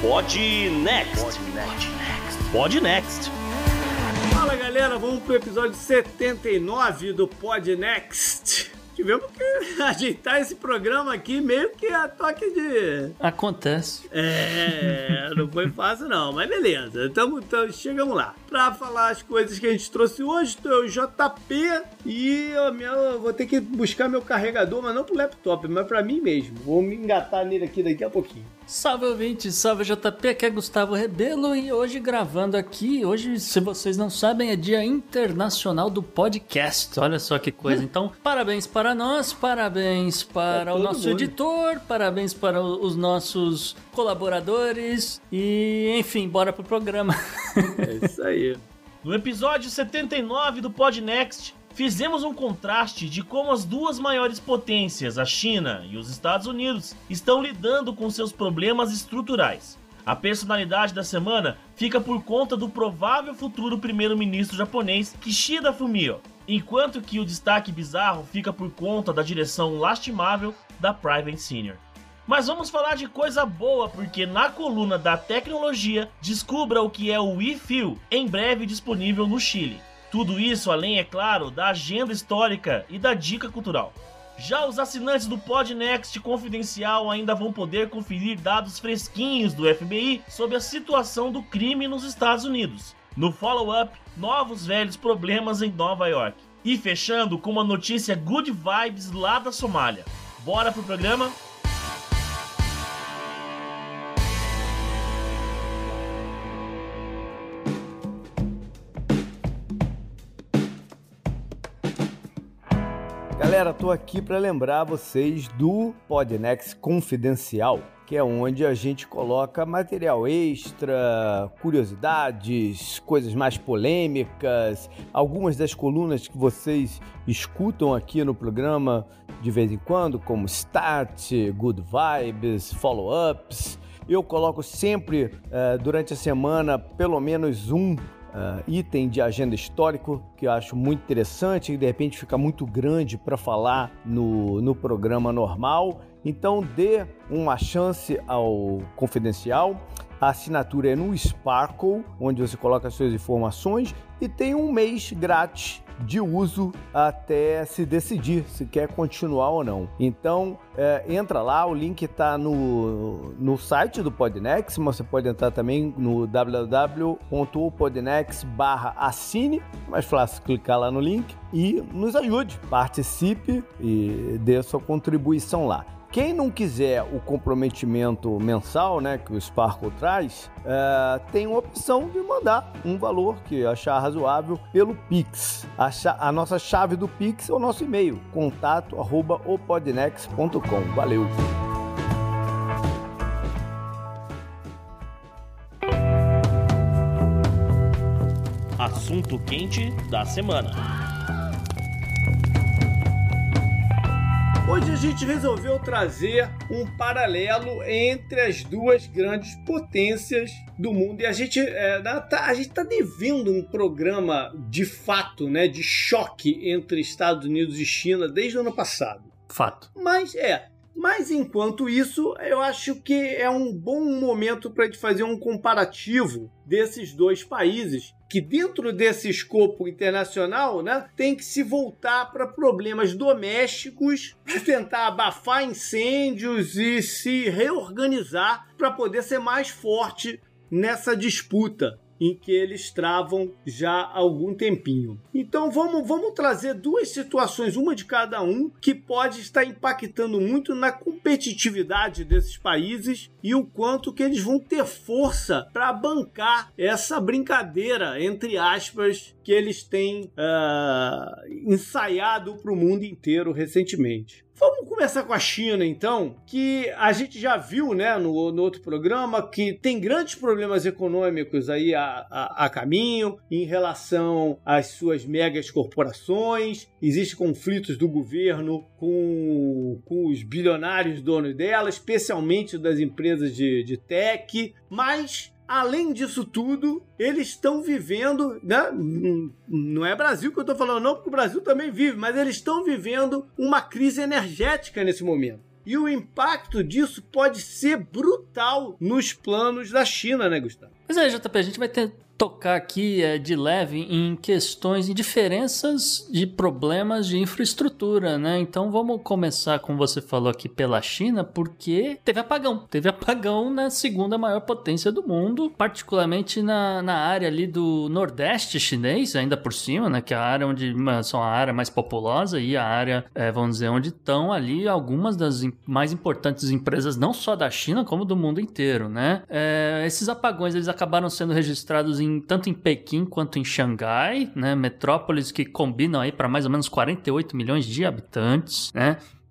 Pod Next. Pod Next. Fala galera, vamos pro episódio 79 do Pod Next. Tivemos que ajeitar esse programa aqui meio que a toque de... Acontece. Não foi fácil não, mas beleza. Então chegamos lá. Pra falar as coisas que a gente trouxe hoje, estou eu, JP, e eu vou ter que buscar meu carregador, mas não pro laptop, mas pra mim mesmo. Vou me engatar nele aqui daqui a pouquinho. Salve ouvintes, salve JP, aqui é Gustavo Rebelo e hoje gravando aqui, hoje, se vocês não sabem, é Dia Internacional do Podcast, olha só que coisa. Então, parabéns para nós, parabéns para o nosso editor, parabéns para os nossos colaboradores e, enfim, bora pro programa. É isso aí. No episódio 79 do Pod Next, fizemos um contraste de como as duas maiores potências, a China e os Estados Unidos, estão lidando com seus problemas estruturais. A personalidade da semana fica por conta do provável futuro primeiro-ministro japonês Kishida Fumio, enquanto que o destaque bizarro fica por conta da direção lastimável da Private Senior. Mas vamos falar de coisa boa, porque na coluna da tecnologia, descubra o que é o Wi-Fi, em breve disponível no Chile. Tudo isso além, é claro, da agenda histórica e da dica cultural. Já os assinantes do Pod Next Confidencial ainda vão poder conferir dados fresquinhos do FBI sobre a situação do crime nos Estados Unidos. No follow-up, novos velhos problemas em Nova York. E fechando com uma notícia good vibes lá da Somália. Bora pro programa? Galera, tô aqui para lembrar vocês do Pod Next Confidencial, que é onde a gente coloca material extra, curiosidades, coisas mais polêmicas, algumas das colunas que vocês escutam aqui no programa de vez em quando, como Start, Good Vibes, Follow-Ups. Eu coloco sempre, durante a semana, pelo menos um item de agenda histórico que eu acho muito interessante e de repente fica muito grande para falar no programa normal. Então dê uma chance ao Confidencial. A assinatura é no Sparkle, onde você coloca as suas informações e tem um mês grátis de uso até se decidir se quer continuar ou não. Então entra lá, o link está no site do Podnext, mas você pode entrar também no www.podnext.com/assine, mais fácil clicar lá no link e nos ajude, participe e dê a sua contribuição lá. Quem não quiser o comprometimento mensal, né, que o Sparkle traz, tem uma opção de mandar um valor que achar razoável pelo Pix. A nossa chave do Pix é o nosso e-mail, contato@opodnext.com. Valeu! Assunto quente da semana. Hoje a gente resolveu trazer um paralelo entre as duas grandes potências do mundo. E a gente tá devendo um programa de fato, né, de choque entre Estados Unidos e China desde o ano passado. Fato. Mas enquanto isso, eu acho que é um bom momento para a gente fazer um comparativo desses dois países, que dentro desse escopo internacional, né, tem que se voltar para problemas domésticos, para tentar abafar incêndios e se reorganizar para poder ser mais forte nessa disputa em que eles travam já há algum tempinho. Então vamos trazer duas situações, uma de cada um, que pode estar impactando muito na competitividade desses países e o quanto que eles vão ter força para bancar essa brincadeira, entre aspas, que eles têm ensaiado para o mundo inteiro recentemente. Vamos começar com a China, então, que a gente já viu, né, no outro programa, que tem grandes problemas econômicos aí a caminho em relação às suas megas corporações. Existem conflitos do governo com os bilionários donos dela, especialmente das empresas de tech, mas além disso tudo, eles estão vivendo, né? Não é Brasil que eu estou falando não, porque o Brasil também vive, mas eles estão vivendo uma crise energética nesse momento. E o impacto disso pode ser brutal nos planos da China, né, Gustavo? Pois é, JP, a gente vai tocar aqui de leve em questões e diferenças de problemas de infraestrutura, né? Então vamos começar, como você falou aqui, pela China, porque teve apagão. Teve apagão na segunda maior potência do mundo, particularmente na área ali do Nordeste chinês, ainda por cima, né? Que é a área onde são a área mais populosa e a área, vamos dizer, onde estão ali algumas das mais importantes empresas, não só da China, como do mundo inteiro, né? Esses apagões, eles acabaram sendo registrados tanto em Pequim quanto em Xangai, né, metrópoles que combinam aí para mais ou menos 48 milhões de habitantes, né?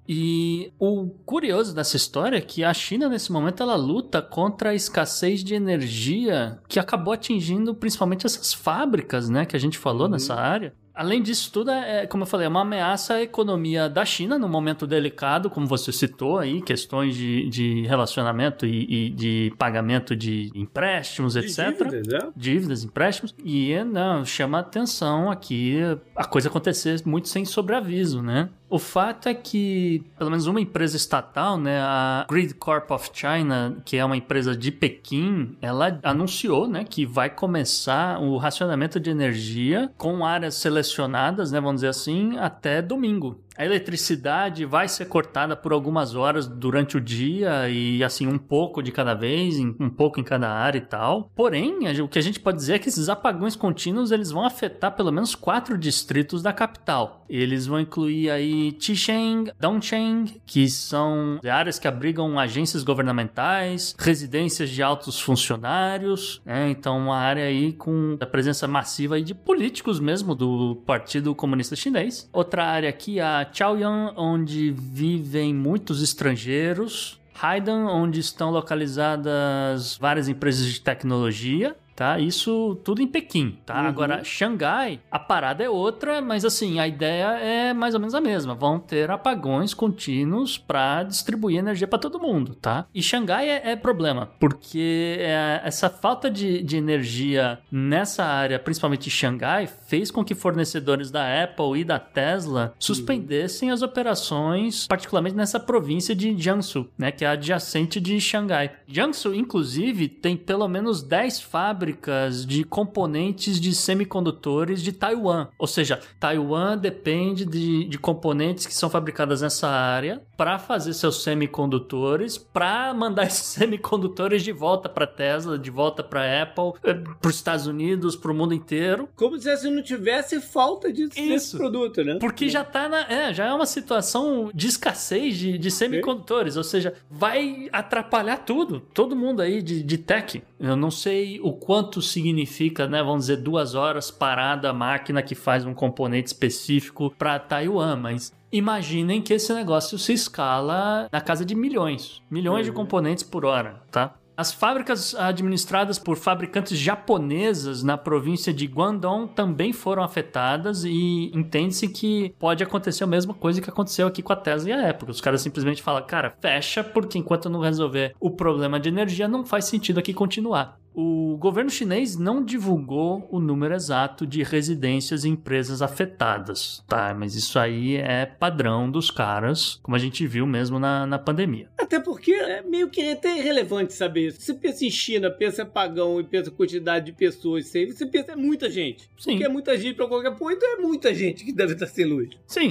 E o curioso dessa história é que a China, nesse momento, ela luta contra a escassez de energia que acabou atingindo principalmente essas fábricas, né, que a gente falou nessa área. Além disso tudo, como eu falei, é uma ameaça à economia da China num momento delicado, como você citou aí, questões de relacionamento e de pagamento de empréstimos, etc. Dívidas, né? Dívidas, empréstimos. E não, chama a atenção aqui a coisa acontecer muito sem sobreaviso, né? O fato é que, pelo menos uma empresa estatal, né, a Grid Corp of China, que é uma empresa de Pequim, ela anunciou, né, que vai começar o racionamento de energia com áreas selecionadas, né, vamos dizer assim, até domingo. A eletricidade vai ser cortada por algumas horas durante o dia e, assim, um pouco de cada vez, um pouco em cada área e tal. Porém, o que a gente pode dizer é que esses apagões contínuos, eles vão afetar pelo menos 4 distritos da capital. Eles vão incluir aí Tisheng, Dongcheng, que são áreas que abrigam agências governamentais, residências de altos funcionários, né? Então, uma área aí com a presença massiva aí de políticos mesmo do Partido Comunista Chinês. Outra área aqui, a Chaoyang, onde vivem muitos estrangeiros. Haidan, onde estão localizadas várias empresas de tecnologia. Tá? Isso tudo em Pequim, tá? Uhum. Agora, Xangai, a parada é outra, mas assim, a ideia é mais ou menos a mesma. Vão ter apagões contínuos para distribuir energia para todo mundo, tá? E Xangai é problema, porque essa falta de energia nessa área, principalmente em Xangai, fez com que fornecedores da Apple e da Tesla suspendessem as operações, particularmente nessa província de Jiangsu, né? Que é adjacente de Xangai. Jiangsu, inclusive, tem pelo menos 10 fábricas de componentes de semicondutores de Taiwan. Ou seja, Taiwan depende de componentes que são fabricados nessa área para fazer seus semicondutores, para mandar esses semicondutores de volta para Tesla, de volta para Apple, para os Estados Unidos, para o mundo inteiro. Como se não tivesse falta desse produto, né? Porque já tá já é uma situação de escassez de semicondutores, ou seja, vai atrapalhar tudo, todo mundo aí de tech. Eu não sei o quanto significa, né, vamos dizer, 2 horas parada a máquina que faz um componente específico para Taiwan, mas imaginem que esse negócio se escala na casa de milhões de componentes por hora, tá? As fábricas administradas por fabricantes japonesas na província de Guangdong também foram afetadas e entende-se que pode acontecer a mesma coisa que aconteceu aqui com a Tesla e a Apple. Os caras simplesmente falam, cara, fecha, porque enquanto não resolver o problema de energia, não faz sentido aqui continuar. O governo chinês não divulgou o número exato de residências e empresas afetadas, tá? Mas isso aí é padrão dos caras, como a gente viu mesmo na pandemia. Até porque é meio que até irrelevante saber isso. Você pensa em China, pensa em apagão e pensa em quantidade de pessoas, você pensa é muita gente. Sim. Porque é muita gente pra qualquer ponto, é muita gente que deve estar sem luz. Sim.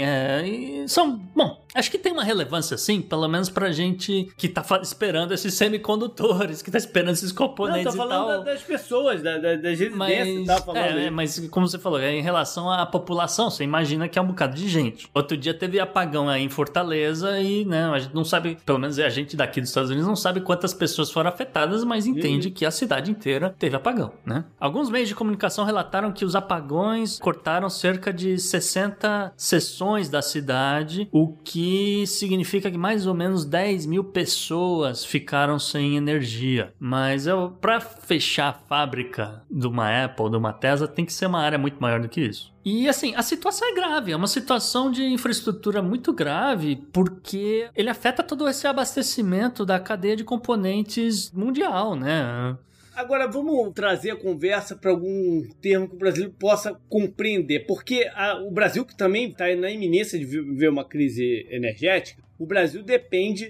Bom, acho que tem uma relevância sim, pelo menos pra gente que tá esperando esses semicondutores, que tá esperando esses componentes. Não, tô falando das pessoas, das residências, tá falando mas como você falou, em relação à população, você imagina que é um bocado de gente. Outro dia teve apagão aí em Fortaleza e, né, a gente não sabe, pelo menos a gente daqui dos Estados Unidos não sabe quantas pessoas foram afetadas, mas entende que a cidade inteira teve apagão, né? Alguns meios de comunicação relataram que os apagões cortaram cerca de 60 seções da cidade, o que significa que mais ou menos 10 mil pessoas ficaram sem energia. Mas para fechar a fábrica de uma Apple, de uma Tesla, tem que ser uma área muito maior do que isso. E assim, a situação é grave, é uma situação de infraestrutura muito grave, porque ele afeta todo esse abastecimento da cadeia de componentes mundial, né? Agora, vamos trazer a conversa para algum termo que o Brasil possa compreender, porque o Brasil, que também está na iminência de viver uma crise energética, o Brasil depende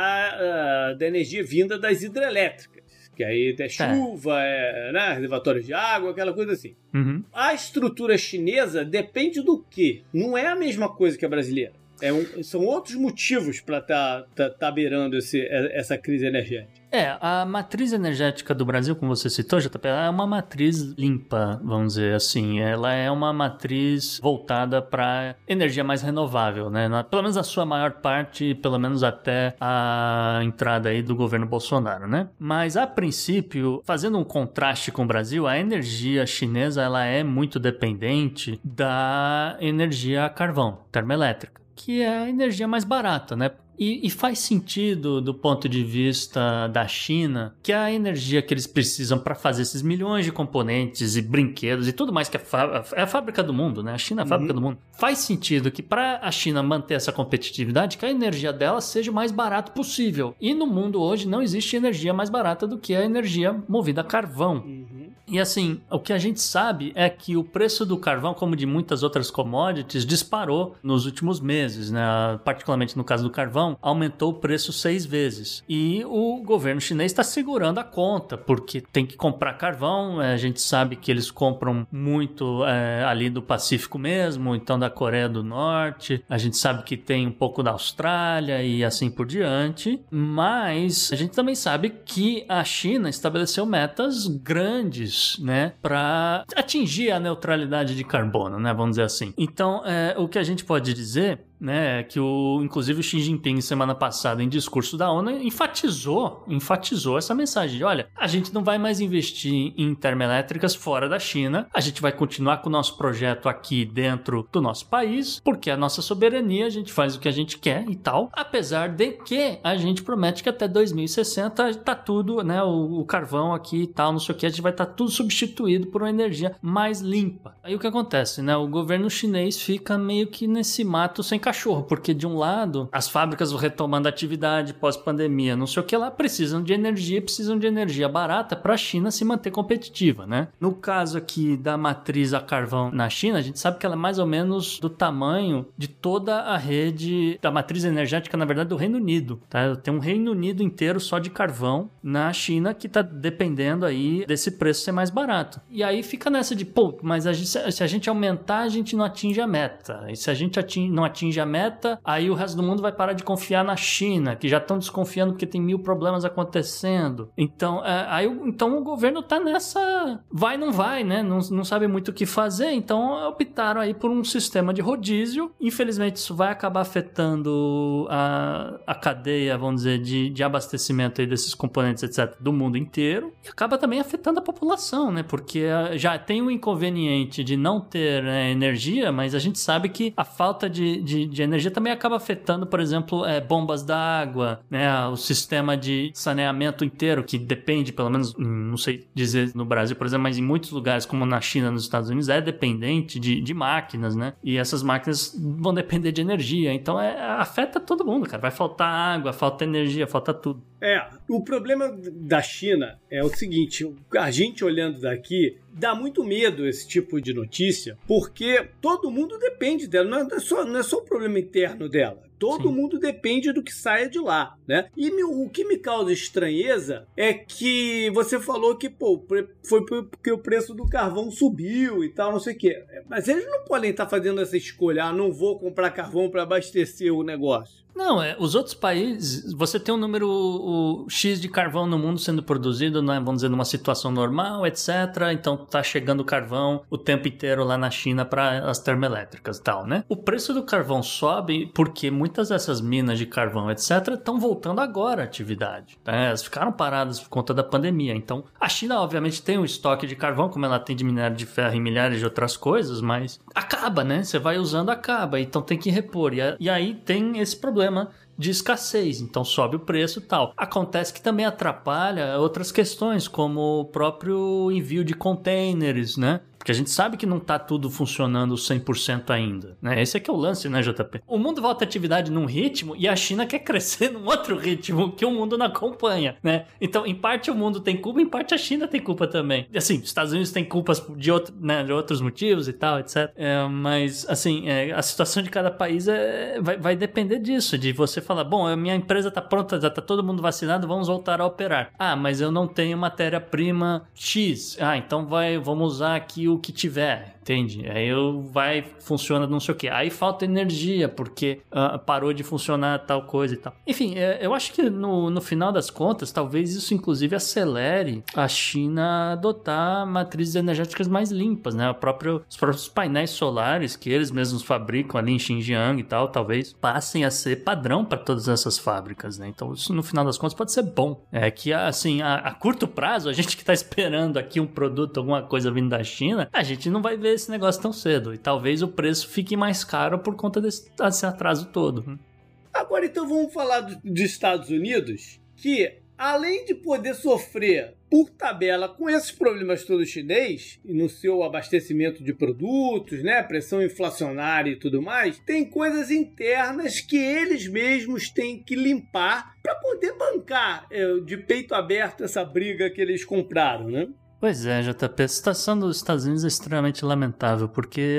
da energia vinda das hidrelétricas. Que aí é chuva, né, reservatórios de água, aquela coisa assim. Uhum. A estrutura chinesa depende do quê? Não é a mesma coisa que a brasileira. São outros motivos para tá beirando essa crise energética. A matriz energética do Brasil, como você citou, JP, é uma matriz limpa, vamos dizer assim. Ela é uma matriz voltada para energia mais renovável, né? Pelo menos a sua maior parte, pelo menos até a entrada aí do governo Bolsonaro, né? Mas, a princípio, fazendo um contraste com o Brasil, a energia chinesa ela é muito dependente da energia a carvão, termoelétrica, que é a energia mais barata, né? E faz sentido do ponto de vista da China que a energia que eles precisam para fazer esses milhões de componentes e brinquedos e tudo mais que é a fábrica do mundo, né? A China é a fábrica do mundo. Faz sentido que para a China manter essa competitividade, que a energia dela seja o mais barato possível. E no mundo hoje não existe energia mais barata do que a energia movida a carvão. E assim, o que a gente sabe é que o preço do carvão, como de muitas outras commodities, disparou nos últimos meses, né? Particularmente no caso do carvão, aumentou o preço 6 vezes. E o governo chinês está segurando a conta, porque tem que comprar carvão. A gente sabe que eles compram muito ali do Pacífico mesmo, então da Coreia do Norte. A gente sabe que tem um pouco da Austrália e assim por diante. Mas a gente também sabe que a China estabeleceu metas grandes, né, para atingir a neutralidade de carbono, né, vamos dizer assim. Então, o que a gente pode dizer, né, que inclusive o Xi Jinping semana passada em discurso da ONU enfatizou essa mensagem de, olha, a gente não vai mais investir em termoelétricas fora da China, a gente vai continuar com o nosso projeto aqui dentro do nosso país, porque a nossa soberania, a gente faz o que a gente quer e tal, apesar de que a gente promete que até 2060 tá tudo, né, o carvão aqui e tal, não sei o que, a gente vai estar tudo substituído por uma energia mais limpa. Aí o que acontece, né, o governo chinês fica meio que nesse mato sem cachorro, porque de um lado, as fábricas retomando a atividade pós-pandemia, não sei o que lá, precisam de energia barata para a China se manter competitiva, né? No caso aqui da matriz a carvão na China, a gente sabe que ela é mais ou menos do tamanho de toda a rede da matriz energética, na verdade, do Reino Unido, tá? Tem um Reino Unido inteiro só de carvão na China que tá dependendo aí desse preço ser mais barato. E aí fica nessa de, mas se a gente aumentar, a gente não atinge a meta. E se a gente não atinge a meta, aí o resto do mundo vai parar de confiar na China, que já estão desconfiando porque tem 1000 problemas acontecendo. Então, então o governo tá nessa vai, não vai, né? Não sabe muito o que fazer, então optaram aí por um sistema de rodízio. Infelizmente, isso vai acabar afetando a cadeia, vamos dizer, de abastecimento aí desses componentes, etc., do mundo inteiro, e acaba também afetando a população, né? Porque já tem o inconveniente de não ter energia, mas a gente sabe que a falta de energia também acaba afetando, por exemplo, bombas d'água, né? O sistema de saneamento inteiro, que depende, pelo menos, não sei dizer no Brasil, por exemplo, mas em muitos lugares, como na China, nos Estados Unidos, é dependente de máquinas, né? E essas máquinas vão depender de energia. Então, afeta todo mundo, cara. Vai faltar água, falta energia, falta tudo. O problema da China é o seguinte, a gente olhando daqui, dá muito medo esse tipo de notícia, porque todo mundo depende dela, não é só um problema interno dela. Todo mundo depende do que saia de lá, né? E o que me causa estranheza é que você falou que, foi porque o preço do carvão subiu e tal, não sei o quê. Mas eles não podem estar fazendo essa escolha, não vou comprar carvão para abastecer o negócio. Não, os outros países, você tem um número X de carvão no mundo sendo produzido, né, vamos dizer, numa situação normal, etc. Então tá chegando carvão o tempo inteiro lá na China para as termoelétricas e tal, né? O preço do carvão sobe porque muitas dessas minas de carvão, etc., estão voltando agora à atividade, né? Elas ficaram paradas por conta da pandemia. Então, a China, obviamente, tem um estoque de carvão, como ela tem de minério de ferro e milhares de outras coisas, mas acaba, né? Você vai usando, acaba. Então tem que repor. E aí tem esse problema de escassez, então sobe o preço e tal. Acontece que também atrapalha outras questões, como o próprio envio de containers, né? Porque a gente sabe que não tá tudo funcionando 100% ainda, né? Esse é que é o lance, né, JP? O mundo volta à atividade num ritmo e a China quer crescer num outro ritmo que o mundo não acompanha, né? Então, em parte o mundo tem culpa, em parte a China tem culpa também. Assim, os Estados Unidos têm culpas de outros motivos e tal, etc. Mas, assim, a situação de cada país vai depender disso, de você falar, bom, a minha empresa tá pronta, já tá todo mundo vacinado, vamos voltar a operar. Ah, mas eu não tenho matéria-prima X. Ah, então vamos usar aqui o que tiver, entende? Aí funciona não sei o que. Aí falta energia, porque parou de funcionar tal coisa e tal. Enfim, eu acho que no final das contas, talvez isso inclusive acelere a China a adotar matrizes energéticas mais limpas, né? Os próprios painéis solares que eles mesmos fabricam ali em Xinjiang e tal, talvez passem a ser padrão para todas essas fábricas, né? Então isso no final das contas pode ser bom. É que assim, a curto prazo, a gente que tá esperando aqui um produto, alguma coisa vindo da China, a gente não vai ver esse negócio tão cedo. E talvez o preço fique mais caro por conta desse atraso todo. Agora então vamos falar dos Estados Unidos, que além de poder sofrer por tabela com esses problemas todos chinês e no seu abastecimento de produtos, né, pressão inflacionária e tudo mais, tem coisas internas que eles mesmos têm que limpar para poder bancar de peito aberto essa briga que eles compraram, né? Pois é, JP, a situação dos Estados Unidos é extremamente lamentável, porque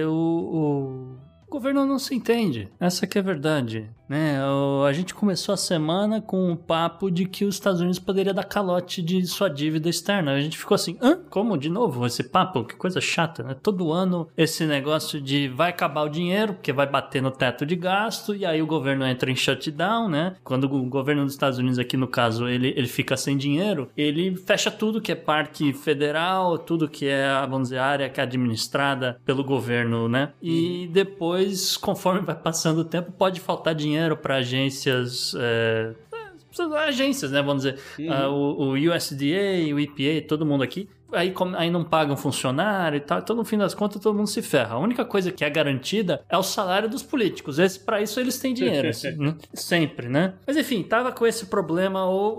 o governo não se entende. Essa que é a verdade, né? A gente começou a semana com o papo de que os Estados Unidos poderia dar calote de sua dívida externa. A gente ficou assim, como? De novo esse papo? Que coisa chata, né? Todo ano esse negócio de vai acabar o dinheiro, porque vai bater no teto de gasto, e aí o governo entra em shutdown, né? Quando o governo dos Estados Unidos, aqui no caso, ele fica sem dinheiro, ele fecha tudo que é parque federal, tudo que é, vamos dizer, área que é administrada pelo governo, né? E depois, conforme vai passando o tempo, pode faltar dinheiro para agências, né, vamos dizer, o USDA, o EPA, todo mundo aqui. Aí não pagam funcionário e tal, então no fim das contas todo mundo se ferra. A única coisa que é garantida é o salário dos políticos. Para isso eles têm dinheiro, assim, né? Sempre, né? Mas enfim, tava com esse problema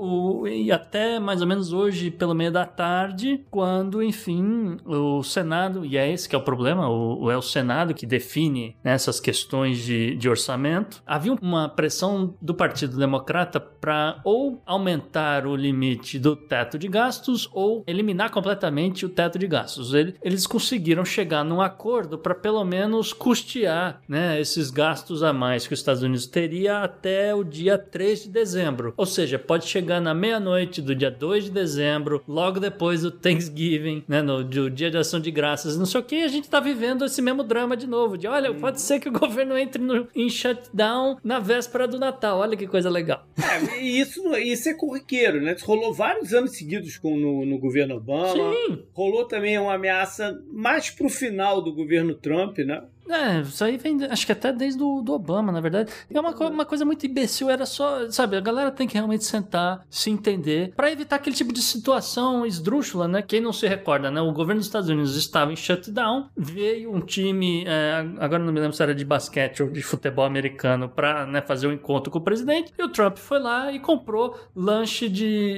e até mais ou menos hoje, pelo meio da tarde, quando, enfim, o Senado, e é esse que é o problema, é o Senado que define, né, essas questões de orçamento. Havia uma pressão do Partido Democrata para ou aumentar o limite do teto de gastos ou eliminar completamente o teto de gastos. Eles conseguiram chegar num acordo para pelo menos custear, né, esses gastos a mais que os Estados Unidos teria até o dia 3 de dezembro. Ou seja, pode chegar na meia-noite do dia 2 de dezembro, logo depois do Thanksgiving, né, do Dia de Ação de Graças, não sei o que, a gente tá vivendo esse mesmo drama de novo, de olha, pode ser que o governo entre em shutdown na véspera do Natal, olha que coisa legal. Isso é corriqueiro, né? Isso rolou vários anos seguidos no governo Obama. Sim. Rolou também uma ameaça mais pro final do governo Trump, né? Isso aí vem, acho que até desde do Obama, na verdade. É uma coisa muito imbecil, era só, sabe, a galera tem que realmente sentar, se entender, pra evitar aquele tipo de situação esdrúxula, né? Quem não se recorda, né? O governo dos Estados Unidos estava em shutdown, veio um time, agora não me lembro se era de basquete ou de futebol americano, pra, né, fazer um encontro com o presidente, e o Trump foi lá e comprou lanche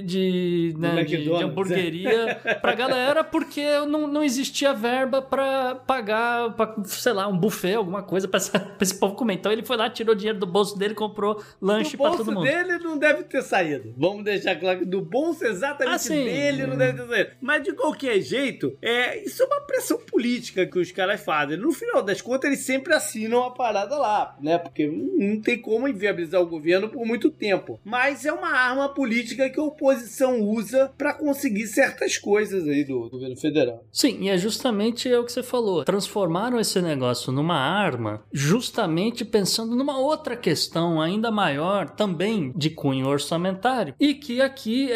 de hamburgueria pra galera, porque não existia verba pra pagar, sei lá, um buffet, alguma coisa pra esse povo comer. Então ele foi lá, tirou dinheiro do bolso dele, comprou lanche pra todo mundo. Do bolso dele não deve ter saído. Vamos deixar claro que do bolso exatamente dele não deve ter saído. Mas de qualquer jeito, isso é uma pressão política que os caras fazem. No final das contas, eles sempre assinam a parada lá, né? Porque não tem como inviabilizar o governo por muito tempo. Mas é uma arma política que a oposição usa pra conseguir certas coisas aí do governo federal. Sim, e é justamente o que você falou. Transformaram esse negócio numa arma, justamente pensando numa outra questão ainda maior, também de cunho orçamentário, e que aqui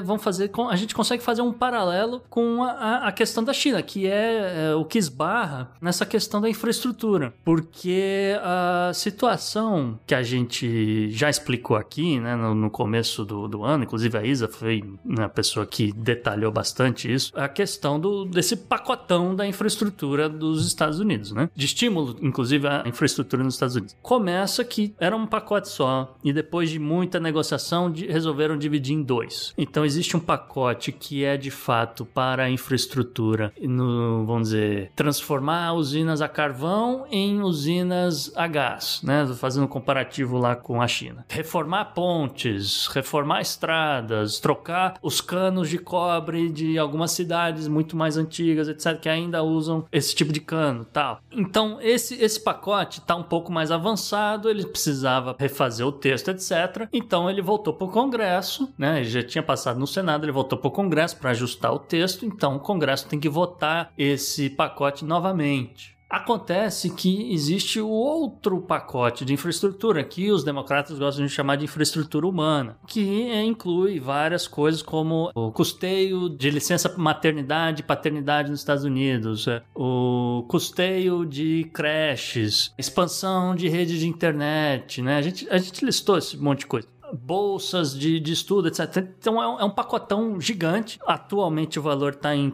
a gente consegue fazer um paralelo com a questão da China, que é o que esbarra nessa questão da infraestrutura, porque a situação que a gente já explicou aqui, né, no começo do ano, inclusive a Isa foi a pessoa que detalhou bastante isso, a questão desse pacotão da infraestrutura dos Estados Unidos, né, de estímulo, inclusive, à infraestrutura nos Estados Unidos. Começa que era um pacote só, e depois de muita negociação, resolveram dividir em 2. Então, existe um pacote que é, de fato, para a infraestrutura, vamos dizer, transformar usinas a carvão em usinas a gás, né? Fazendo um comparativo lá com a China. Reformar pontes, reformar estradas, trocar os canos de cobre de algumas cidades muito mais antigas, etc., que ainda usam esse tipo de cano, tal. Então, esse pacote está um pouco mais avançado, ele precisava refazer o texto, etc. Então, ele voltou para o Congresso, né? Ele já tinha passado no Senado, ele voltou para o Congresso para ajustar o texto, então o Congresso tem que votar esse pacote novamente. Acontece que existe o outro pacote de infraestrutura, que os democratas gostam de chamar de infraestrutura humana, que inclui várias coisas como o custeio de licença maternidade e paternidade nos Estados Unidos, o custeio de creches, expansão de rede de internet, né? A gente listou esse monte de coisa. Bolsas de estudo, etc. Então é um pacotão gigante. Atualmente o valor está em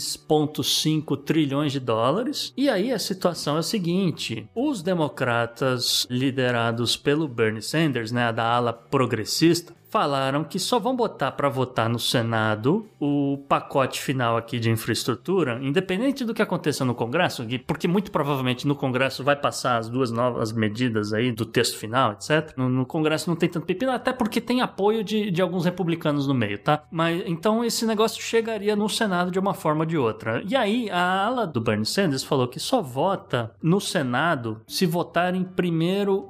3,5 trilhões de dólares. E aí a situação é a seguinte: os democratas liderados pelo Bernie Sanders, né, da ala progressista, falaram que só vão botar para votar no Senado o pacote final aqui de infraestrutura, independente do que aconteça no Congresso, porque muito provavelmente no Congresso vai passar as duas novas medidas aí do texto final, etc. No Congresso não tem tanto pepino, até porque tem apoio de alguns republicanos no meio, tá? Mas então esse negócio chegaria no Senado de uma forma ou de outra. E aí a ala do Bernie Sanders falou que só vota no Senado se votarem primeiro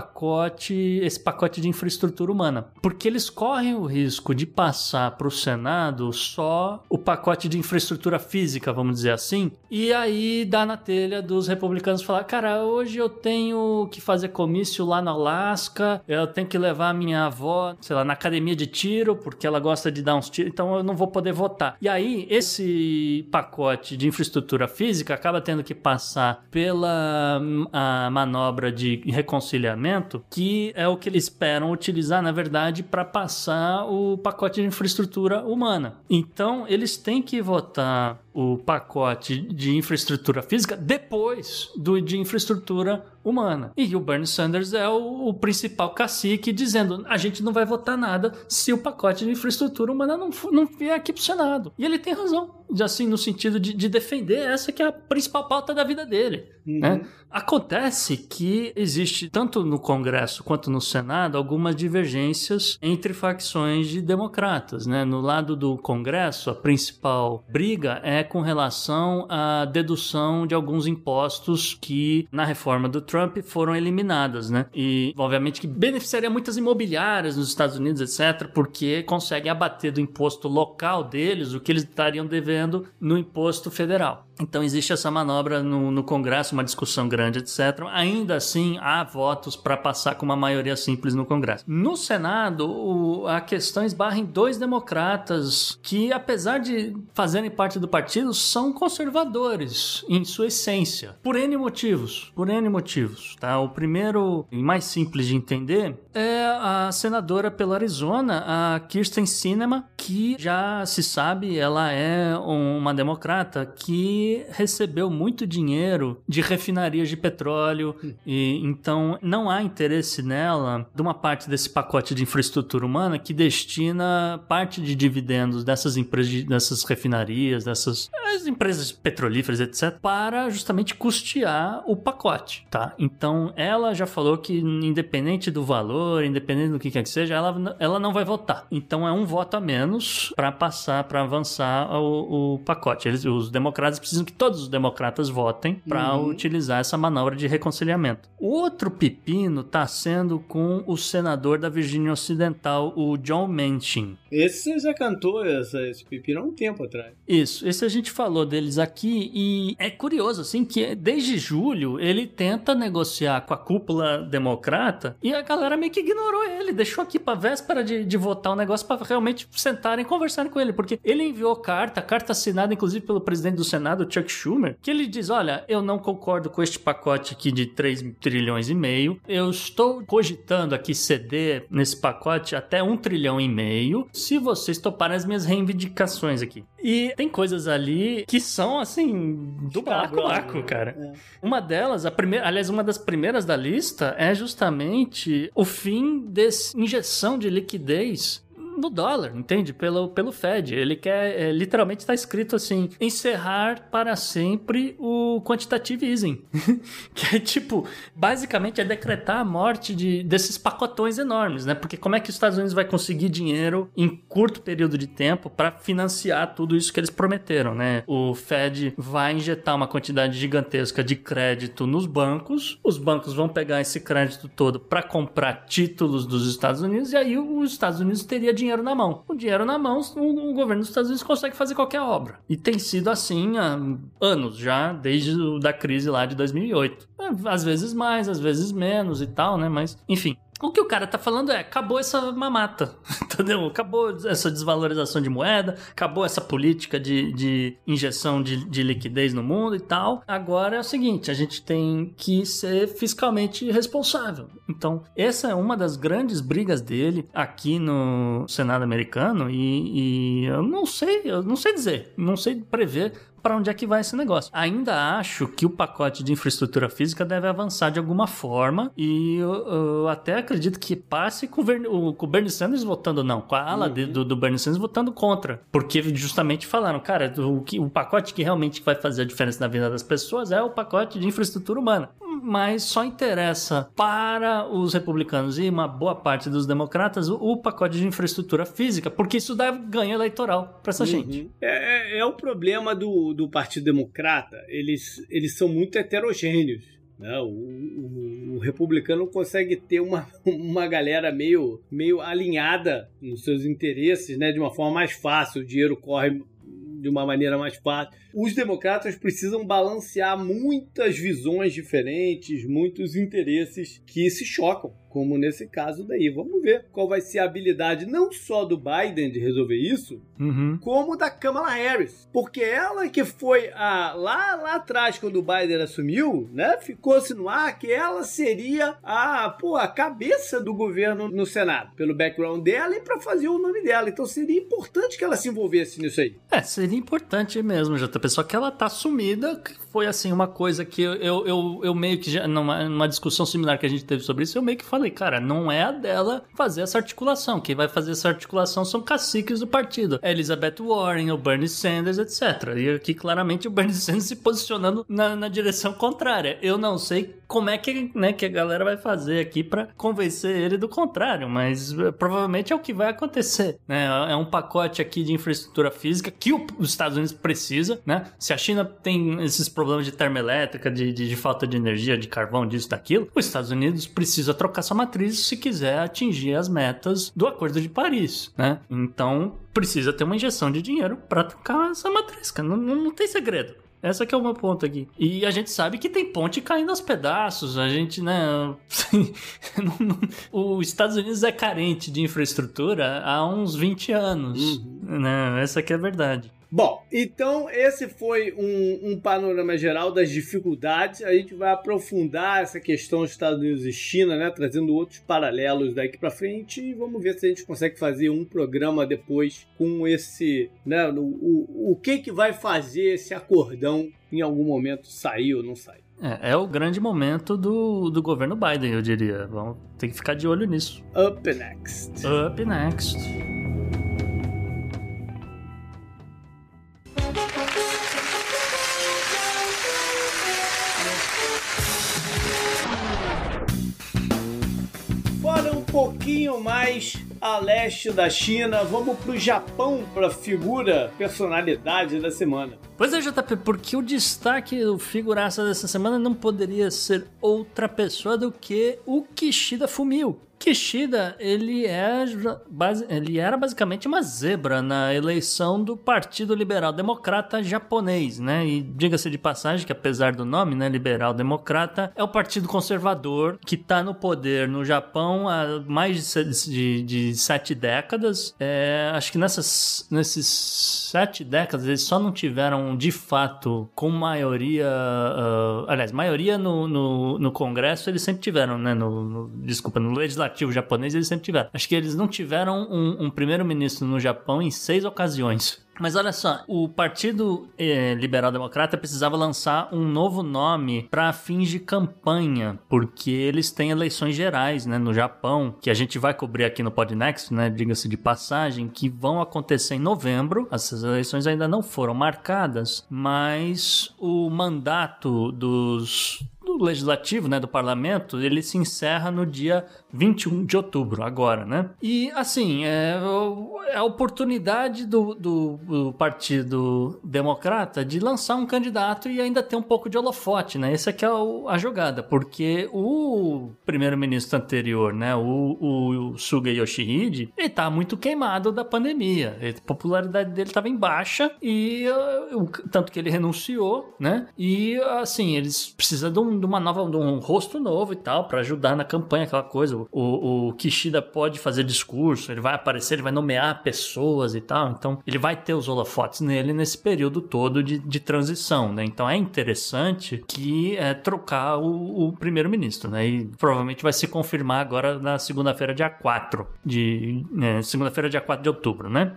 esse pacote de infraestrutura humana. Porque eles correm o risco de passar para o Senado só o pacote de infraestrutura física, vamos dizer assim, e aí dá na telha dos republicanos falar: cara, hoje eu tenho que fazer comício lá no Alasca, eu tenho que levar minha avó, sei lá, na academia de tiro, porque ela gosta de dar uns tiros, então eu não vou poder votar. E aí esse pacote de infraestrutura física acaba tendo que passar pela a manobra de reconciliamento, que é o que eles esperam utilizar, na verdade, para passar o pacote de infraestrutura humana. Então, eles têm que votar o pacote de infraestrutura física depois de infraestrutura humana. E o Bernie Sanders é o principal cacique dizendo: a gente não vai votar nada se o pacote de infraestrutura humana não vier aqui pro Senado. E ele tem razão, assim, no sentido de defender essa que é a principal pauta da vida dele. Né? Acontece que existe, tanto no Congresso quanto no Senado, algumas divergências entre facções de democratas. Né? No lado do Congresso, a principal briga é com relação à dedução de alguns impostos que, na reforma do Trump, foram eliminadas, né? E, obviamente, que beneficiaria muitas imobiliárias nos Estados Unidos, etc., porque conseguem abater do imposto local deles o que eles estariam devendo no imposto federal. Então, existe essa manobra no Congresso, uma discussão grande, etc. Ainda assim, há votos para passar com uma maioria simples no Congresso. No Senado, a questão esbarra em 2 democratas que, apesar de fazerem parte do partido, são conservadores em sua essência. Por N motivos. Tá? O primeiro e mais simples de entender é a senadora pelo Arizona, a Kyrsten Sinema, que já se sabe, ela é uma democrata que recebeu muito dinheiro de refinarias de petróleo e então não há interesse nela de uma parte desse pacote de infraestrutura humana que destina parte de dividendos dessas empresas, dessas refinarias, dessas empresas petrolíferas, etc., para justamente custear o pacote, tá? Então ela já falou que independente do valor, independente do que quer que seja, ela não vai votar. Então é um voto a menos para passar, para avançar o pacote. Os democratas precisam que todos os democratas votem para utilizar essa manobra de reconciliamento. O outro pepino está sendo com o senador da Virgínia Ocidental, o John Manchin. Esse você já cantou esse pepino há um tempo atrás. Isso, esse a gente falou deles aqui e é curioso, assim, que desde julho ele tenta negociar com a cúpula democrata e a galera meio que ignorou ele, deixou aqui pra véspera de votar o negócio pra realmente sentarem e conversarem com ele, porque ele enviou carta assinada inclusive pelo presidente do Senado, Chuck Schumer, que ele diz: olha, eu não concordo com este pacote aqui de 3,5 trilhões, eu estou cogitando aqui ceder nesse pacote até 1,5 trilhão se vocês toparem as minhas reivindicações aqui. E tem coisas ali que são, assim, do balacobaco, cara. Uma delas, uma das primeiras da lista é justamente o fim dessa injeção de liquidez no dólar, entende? Pelo Fed. Ele quer, literalmente está escrito assim, encerrar para sempre o quantitative easing. Que é tipo, basicamente é decretar a morte desses pacotões enormes, né? Porque como é que os Estados Unidos vai conseguir dinheiro em curto período de tempo para financiar tudo isso que eles prometeram, né? O Fed vai injetar uma quantidade gigantesca de crédito nos bancos, os bancos vão pegar esse crédito todo para comprar títulos dos Estados Unidos e aí os Estados Unidos teria dinheiro na mão. Com dinheiro na mão, o governo dos Estados Unidos consegue fazer qualquer obra. E tem sido assim há anos já, desde a crise lá de 2008. Às vezes mais, às vezes menos e tal, né? Mas, enfim. O que o cara tá falando é, acabou essa mamata, entendeu? Acabou essa desvalorização de moeda, acabou essa política de injeção de liquidez no mundo e tal. Agora é o seguinte, a gente tem que ser fiscalmente responsável. Então, essa é uma das grandes brigas dele aqui no Senado americano e eu não sei dizer, não sei prever para onde é que vai esse negócio. Ainda acho que o pacote de infraestrutura física deve avançar de alguma forma e eu até acredito que passe com o Bernie Sanders votando não, com a ala do Bernie Sanders votando contra, porque justamente falaram, cara, o pacote que realmente vai fazer a diferença na vida das pessoas é o pacote de infraestrutura humana. Mas só interessa para os republicanos e uma boa parte dos democratas o pacote de infraestrutura física, porque isso dá ganho eleitoral para essa gente. É o problema do Partido Democrata, eles são muito heterogêneos. Né? O republicano consegue ter uma galera meio alinhada nos seus interesses, né? De uma forma mais fácil, o dinheiro corre de uma maneira mais fácil. Os democratas precisam balancear muitas visões diferentes, muitos interesses que se chocam, como nesse caso daí. Vamos ver qual vai ser a habilidade não só do Biden de resolver isso, como da Kamala Harris. Porque ela que foi lá atrás, quando o Biden assumiu, né, ficou-se no ar que ela seria a cabeça do governo no Senado, pelo background dela e para fazer o nome dela. Então seria importante que ela se envolvesse nisso aí. Seria importante mesmo, JP, só que ela tá sumida, que foi assim uma coisa que eu meio que já, numa discussão similar que a gente teve sobre isso, eu meio que falei, cara, não é a dela fazer essa articulação, quem vai fazer essa articulação são caciques do partido, a Elizabeth Warren, o Bernie Sanders, etc. E aqui claramente o Bernie Sanders se posicionando na direção contrária. Eu não sei como é que, né, que a galera vai fazer aqui pra convencer ele do contrário, mas provavelmente é o que vai acontecer, né? É um pacote aqui de infraestrutura física que os Estados Unidos precisa, né? Se a China tem esses problemas de termoelétrica, de falta de energia, de carvão, disso, daquilo, os Estados Unidos precisa trocar sua matriz se quiser atingir as metas do Acordo de Paris, né? Então, precisa ter uma injeção de dinheiro pra trocar essa matriz, cara. Não tem segredo. Essa que é o meu ponto aqui. E a gente sabe que tem ponte caindo aos pedaços. A gente, né... Os Estados Unidos é carente de infraestrutura há uns 20 anos. Né? Essa que é a verdade. Bom, então esse foi um panorama geral das dificuldades. A gente vai aprofundar essa questão dos Estados Unidos e China, né, trazendo outros paralelos daqui para frente, e vamos ver se a gente consegue fazer um programa depois com esse, né, o que vai fazer esse acordão em algum momento sair ou não sair. É o grande momento do governo Biden, eu diria. Vamos ter que ficar de olho nisso. Up next. Up next. Bora um pouquinho mais a leste da China, vamos pro Japão para figura, personalidade da semana. Pois é, JP, porque o destaque, o figuraça dessa semana não poderia ser outra pessoa do que o Kishida Fumio. Kishida, ele era basicamente uma zebra na eleição do Partido Liberal Democrata japonês, né? E diga-se de passagem que, apesar do nome, né, Liberal Democrata, é o partido conservador que está no poder no Japão há mais de 7 décadas. Acho que nesses 7 décadas eles só não tiveram, de fato, com maioria... maioria no Congresso eles sempre tiveram, né? No Legislativo legislativo japonês eles sempre tiveram. Acho que eles não tiveram um primeiro-ministro no Japão em 6 ocasiões. Mas olha só, o Partido Liberal Democrata precisava lançar um novo nome para fins de campanha, porque eles têm eleições gerais, né, no Japão, que a gente vai cobrir aqui no Podnext, né, diga-se de passagem, que vão acontecer em novembro. Essas eleições ainda não foram marcadas, mas o mandato do legislativo, né, do parlamento, ele se encerra no dia 21 de outubro, agora, né? E, assim, é a oportunidade do Partido Democrata de lançar um candidato e ainda ter um pouco de holofote, né? Essa aqui é a jogada, porque o primeiro-ministro anterior, né, o Suga Yoshihide, ele tá muito queimado da pandemia. A popularidade dele estava em baixa e tanto que ele renunciou, né? E, assim, eles precisam de um rosto novo e tal, para ajudar na campanha, aquela coisa. O Kishida pode fazer discurso, ele vai aparecer, ele vai nomear pessoas e tal, então ele vai ter os holofotes nele nesse período todo de transição, né? Então é interessante que trocar o primeiro-ministro, né? E provavelmente vai se confirmar agora na segunda-feira, dia 4 de outubro, né?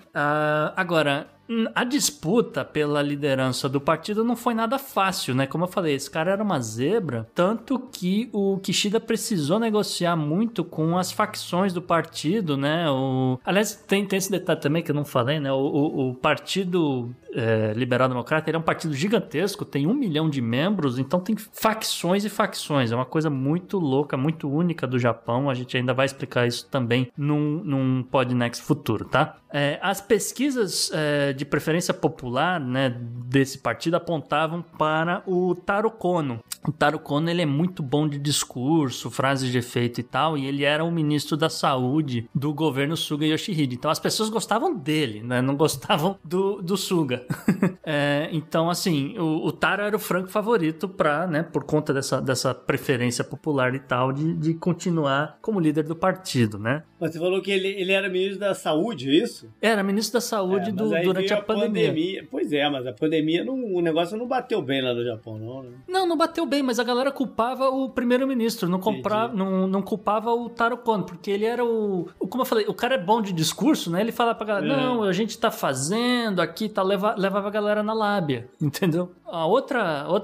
Agora, a disputa pela liderança do partido não foi nada fácil, né? Como eu falei, esse cara era uma zebra, tanto que o Kishida precisou negociar muito com as facções do partido, né? Aliás, tem esse detalhe também que eu não falei, né? O Partido Liberal Democrata, ele é um partido gigantesco, tem 1 milhão de membros, então tem facções e facções. É uma coisa muito louca, muito única do Japão. A gente ainda vai explicar isso também num Podnext futuro, tá? As pesquisas de preferência popular, né, desse partido apontavam para o Taro Kono. O Taro Kono, ele é muito bom de discurso, frases de efeito e tal, e ele era o ministro da saúde do governo Suga Yoshihide. Então as pessoas gostavam dele, né, não gostavam do Suga. Então, assim, o Taro era o franco favorito por conta dessa preferência popular e tal, de continuar como líder do partido, né? Mas você falou que ele era ministro da saúde, é isso? Era ministro da saúde durante a pandemia. Pois é, mas a pandemia, o negócio não bateu bem lá no Japão, não, né? Não bateu bem, mas a galera culpava o primeiro-ministro, não culpava o Taro Kono, porque ele era como eu falei, o cara é bom de discurso, né? Ele fala pra galera, não, a gente tá fazendo aqui, tá, levava a galera na lábia, entendeu? A outra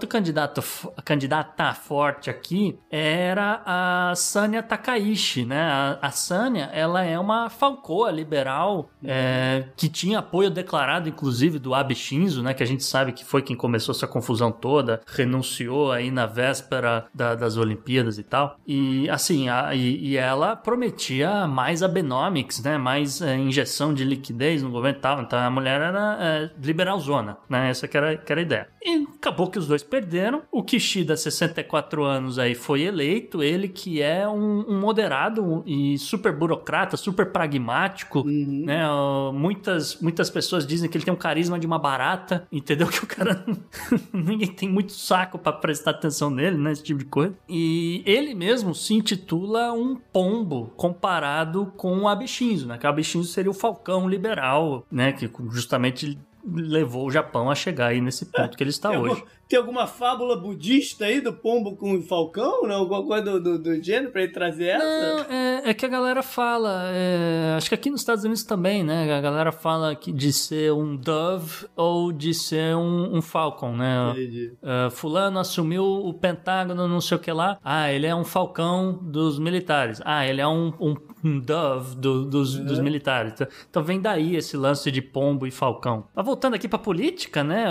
candidata forte aqui era a Sanya Takaishi, né? A Sanya, ela é uma falcoa liberal, que tinha apoio declarado, inclusive, do Abe Shinzo, né? Que a gente sabe que foi quem começou essa confusão toda, renunciou aí na véspera das Olimpíadas e tal. E, assim, e ela prometia mais Abenomics, né? Mais injeção de liquidez no governo e tal. Então a mulher era liberalzona, né? Essa que era a ideia. E acabou que os dois perderam. O Kishida, 64 anos, aí foi eleito. Ele que é um moderado e super burocrata, super pragmático, né? Muitas pessoas dizem que ele tem um carisma de uma barata, entendeu? Que o cara ninguém tem muito saco pra prestar atenção nele, né? Esse tipo de coisa. E ele mesmo se intitula um pombo comparado com o Abe Shinzo, né? Que o Abe Shinzo seria o falcão liberal, né? Que justamente levou o Japão a chegar aí nesse ponto que ele está hoje. Tem alguma fábula budista aí do pombo com o falcão? Não? Alguma coisa do gênero pra ele trazer essa? Não, é que a galera fala, acho que aqui nos Estados Unidos também, né? A galera fala de ser um dove ou de ser um falcon, né? Entendi. Fulano assumiu o Pentágono, não sei o que lá. Ah, ele é um falcão dos militares. Ah, ele é um dove dos militares. Então vem daí esse lance de pombo e falcão. Mas voltando aqui pra política, né?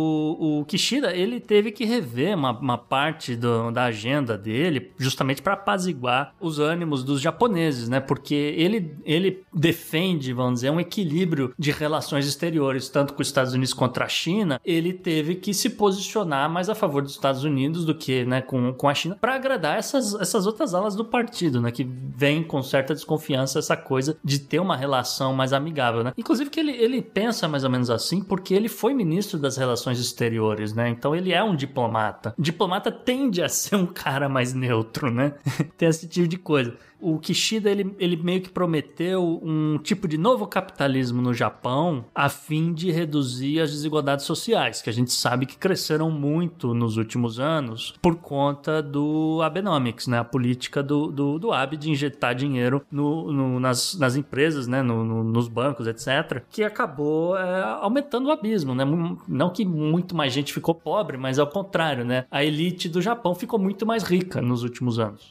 O Kishida, ele teve que rever uma parte da agenda dele justamente para apaziguar os ânimos dos japoneses, né? Porque ele defende, vamos dizer, um equilíbrio de relações exteriores, tanto com os Estados Unidos contra a China. Ele teve que se posicionar mais a favor dos Estados Unidos do que, né, com a China, para agradar essas outras alas do partido, né? Que vem com certa desconfiança essa coisa de ter uma relação mais amigável, né? Inclusive que ele pensa mais ou menos assim porque ele foi ministro das relações exteriores, né? Então ele é um diplomata. O diplomata tende a ser um cara mais neutro, né? Tem esse tipo de coisa. O Kishida, ele meio que prometeu um tipo de novo capitalismo no Japão a fim de reduzir as desigualdades sociais, que a gente sabe que cresceram muito nos últimos anos por conta do Abenomics, né? A política do Abe de injetar dinheiro nas empresas, né? Nos bancos, etc., que acabou aumentando o abismo, né? Não que muito mais gente ficou pobre, mas ao contrário, né? A elite do Japão ficou muito mais rica nos últimos anos.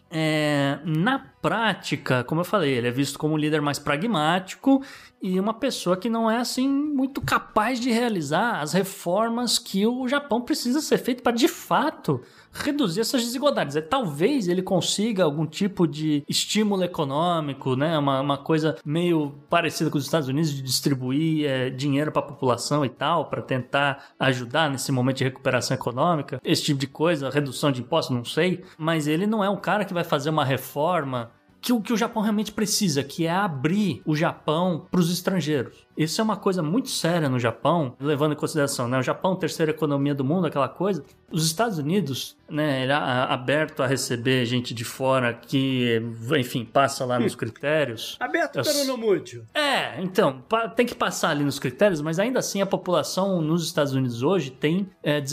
Na prática, como eu falei, ele é visto como um líder mais pragmático e uma pessoa que não é, assim, muito capaz de realizar as reformas que o Japão precisa ser feito para, de fato, reduzir essas desigualdades. Talvez ele consiga algum tipo de estímulo econômico, né? Uma coisa meio parecida com os Estados Unidos, de distribuir dinheiro para a população e tal, para tentar ajudar nesse momento de recuperação econômica. Esse tipo de coisa, redução de impostos, não sei. Mas ele não é um cara que vai fazer uma reforma que o Japão realmente precisa, que é abrir o Japão para os estrangeiros. Isso é uma coisa muito séria no Japão, levando em consideração, né? O Japão, terceira economia do mundo, aquela coisa. Os Estados Unidos, né, ele é aberto a receber gente de fora que, enfim, passa lá nos critérios. Aberto para não muito. Então, tem que passar ali nos critérios, mas ainda assim a população nos Estados Unidos hoje tem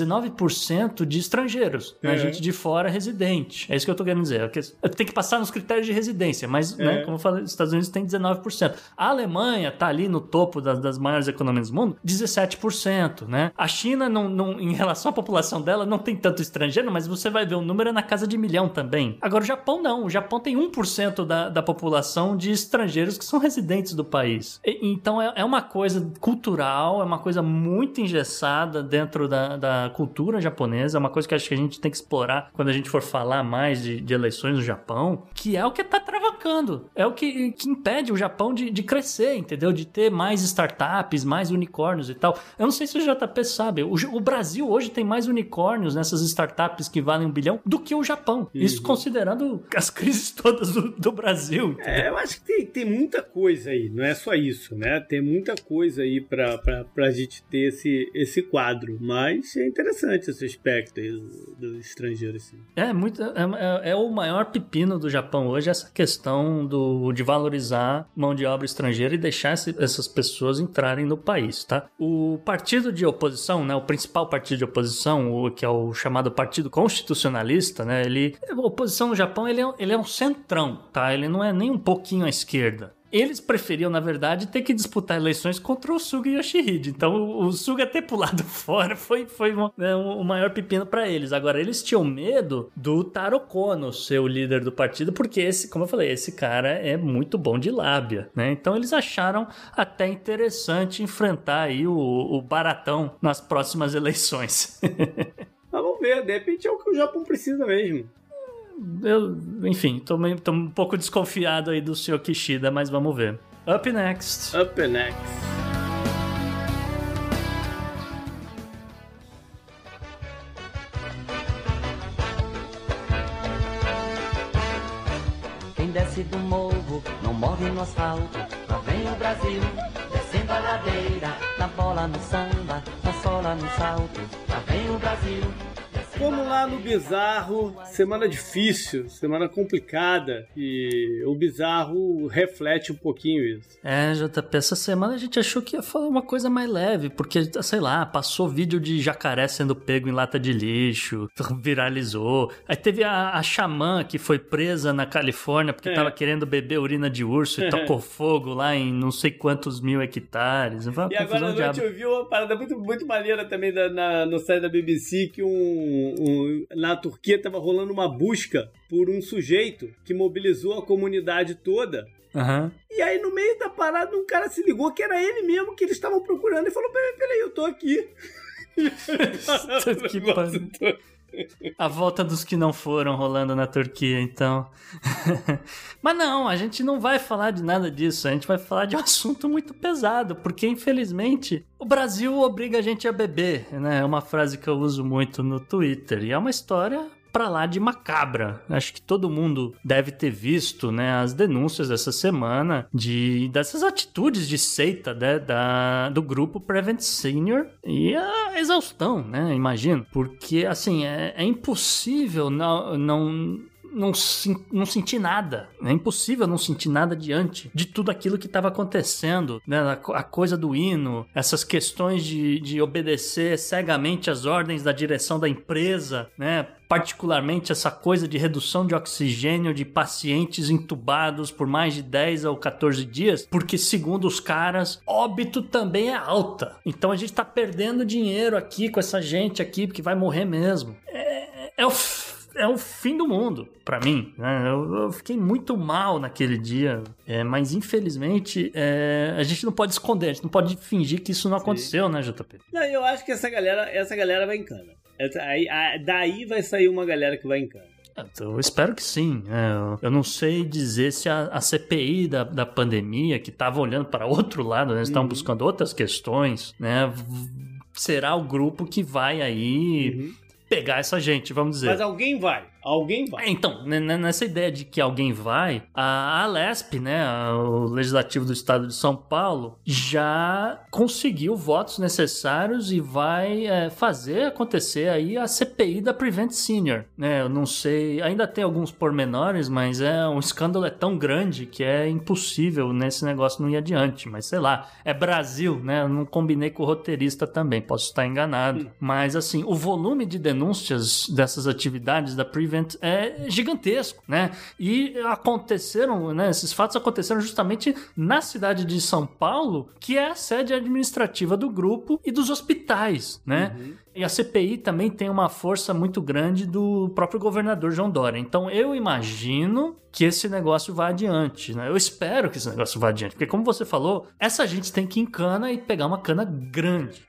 19% de estrangeiros, né, gente de fora residente. É isso que eu tô querendo dizer. Tem que passar nos critérios de residência, mas, né, como eu falei, os Estados Unidos tem 19%. A Alemanha tá ali no topo das maiores economias do mundo, 17%, né? A China, em relação à população dela, não tem tanto estrangeiro, mas você vai ver o número na casa de 1 milhão também. Agora, o Japão não. O Japão tem 1% da população de estrangeiros que são residentes do país. Então, é uma coisa cultural, é uma coisa muito engessada dentro da cultura japonesa, é uma coisa que acho que a gente tem que explorar quando a gente for falar mais de eleições no Japão, que é o que tá travancando. É o que impede o Japão de crescer, entendeu? De ter mais startups, mais unicórnios e tal. Eu não sei se o JP sabe, o Brasil hoje tem mais unicórnios nessas startups que valem 1 bilhão do que o Japão. Isso considerando as crises todas do Brasil. Entendeu? Eu acho que tem muita coisa aí, não é só isso, né? Tem muita coisa aí pra gente ter esse quadro, mas é interessante esse aspecto aí do estrangeiro, assim. É o maior pepino do Japão hoje, essa questão de valorizar mão de obra estrangeira e deixar essas pessoas entrarem no país, tá? O partido de oposição, né, o principal partido de oposição, que é o chamado Partido Constitucionalista, né, a oposição no Japão, ele é um centrão, tá? Ele não é nem um pouquinho à esquerda. Eles preferiam, na verdade, ter que disputar eleições contra o Suga Yoshihide. Então, o Suga ter pulado fora foi o maior pepino para eles. Agora, eles tinham medo do Taro Kono ser o líder do partido, porque como eu falei, esse cara é muito bom de lábia, né? Então, eles acharam até interessante enfrentar aí o Baratão nas próximas eleições. Vamos ver, de repente é o que o Japão precisa mesmo. Enfim, tô um pouco desconfiado aí do Sr. Kishida, mas vamos ver. Up next. Quem desce do morro não morre no asfalto. Lá vem o Brasil, descendo a ladeira. Na bola, no samba, na sola, no salto. Lá vem o Brasil. Vamos lá no bizarro, semana difícil, semana complicada, e o bizarro reflete um pouquinho isso. JP, essa semana a gente achou que ia falar uma coisa mais leve, porque, sei lá, passou vídeo de jacaré sendo pego em lata de lixo, viralizou. Aí teve a xamã que foi presa na Califórnia porque tava querendo beber urina de urso e tocou fogo lá em não sei quantos mil hectares. E agora à noite eu vi uma parada muito, muito maneira também no site da BBC, que na Turquia estava rolando uma busca por um sujeito que mobilizou a comunidade toda. Uhum. E aí, no meio da parada, um cara se ligou que era ele mesmo que eles estavam procurando e falou: peraí, eu tô aqui. Que pano. A volta dos que não foram rolando na Turquia, então. Mas não, a gente não vai falar de nada disso. A gente vai falar de um assunto muito pesado, porque infelizmente o Brasil obriga a gente a beber, né? É uma frase que eu uso muito no Twitter. E é uma história pra lá de macabra. Acho que todo mundo deve ter visto, né, as denúncias dessa semana dessas atitudes de seita, né, do grupo Prevent Senior e a exaustão, né, imagino. Porque, assim, é impossível não senti nada. É impossível não sentir nada diante de tudo aquilo que estava acontecendo, né? A coisa do hino, essas questões de obedecer cegamente às ordens da direção da empresa, né? Particularmente essa coisa de redução de oxigênio de pacientes entubados por mais de 10 ou 14 dias, porque segundo os caras, óbito também é alta. Então a gente tá perdendo dinheiro aqui com essa gente aqui, porque vai morrer mesmo. É o fim do mundo, pra mim, né? Eu fiquei muito mal naquele dia, mas infelizmente a gente não pode esconder, a gente não pode fingir que isso não aconteceu, né, JP? Não, eu acho que essa galera vai em cana. Daí vai sair uma galera que vai em cana. Eu espero que sim. Eu não sei dizer se a CPI da pandemia, que estava olhando para outro lado, né, eles estavam buscando outras questões, né, será o grupo que vai aí pegar essa gente, vamos dizer. Mas alguém vai. Então, nessa ideia de que alguém vai, a Alesp, né, o Legislativo do Estado de São Paulo, já conseguiu votos necessários e vai fazer acontecer aí a CPI da Prevent Senior, né? Eu não sei, ainda tem alguns pormenores, mas um escândalo é tão grande que é impossível nesse negócio não ir adiante, mas sei lá, é Brasil, né? Eu não combinei com o roteirista também, posso estar enganado, mas assim, o volume de denúncias dessas atividades da Prevent é gigantesco, né? E aconteceram, né? Esses fatos aconteceram justamente na cidade de São Paulo, que é a sede administrativa do grupo e dos hospitais, né? E a CPI também tem uma força muito grande do próprio governador João Dória. Então eu imagino que esse negócio vá adiante, né? Eu espero que esse negócio vá adiante, porque como você falou, essa gente tem que ir em cana e pegar uma cana grande.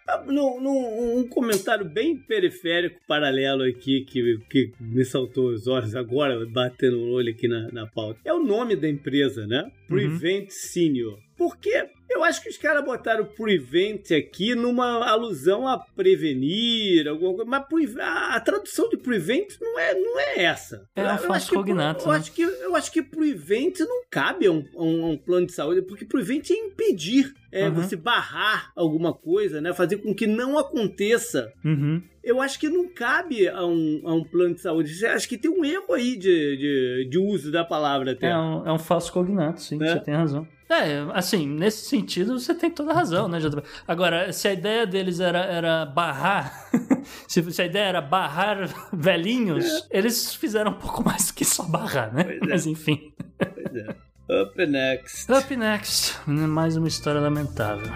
Um comentário bem periférico, paralelo aqui, que me saltou os olhos agora, batendo o olho aqui na pauta. É o nome da empresa, né? Prevent Senior. Porque eu acho que os caras botaram Prevent aqui numa alusão a prevenir, alguma coisa, mas a tradução de Prevent não é essa. É um falso cognato. Eu acho que Prevent não cabe a um plano de saúde, porque Prevent é impedir, você barrar alguma coisa, né? Fazer com que não aconteça. Eu acho que não cabe a um plano de saúde. Acho que tem um erro aí de uso da palavra até. É um falso cognato, sim, você tem razão. Assim, nesse sentido, você tem toda a razão, né, JP? Agora, se a ideia deles era barrar, se a ideia era barrar velhinhos, eles fizeram um pouco mais que só barrar, né? Mas enfim. Pois é. Up next. Up next. Mais uma história lamentável.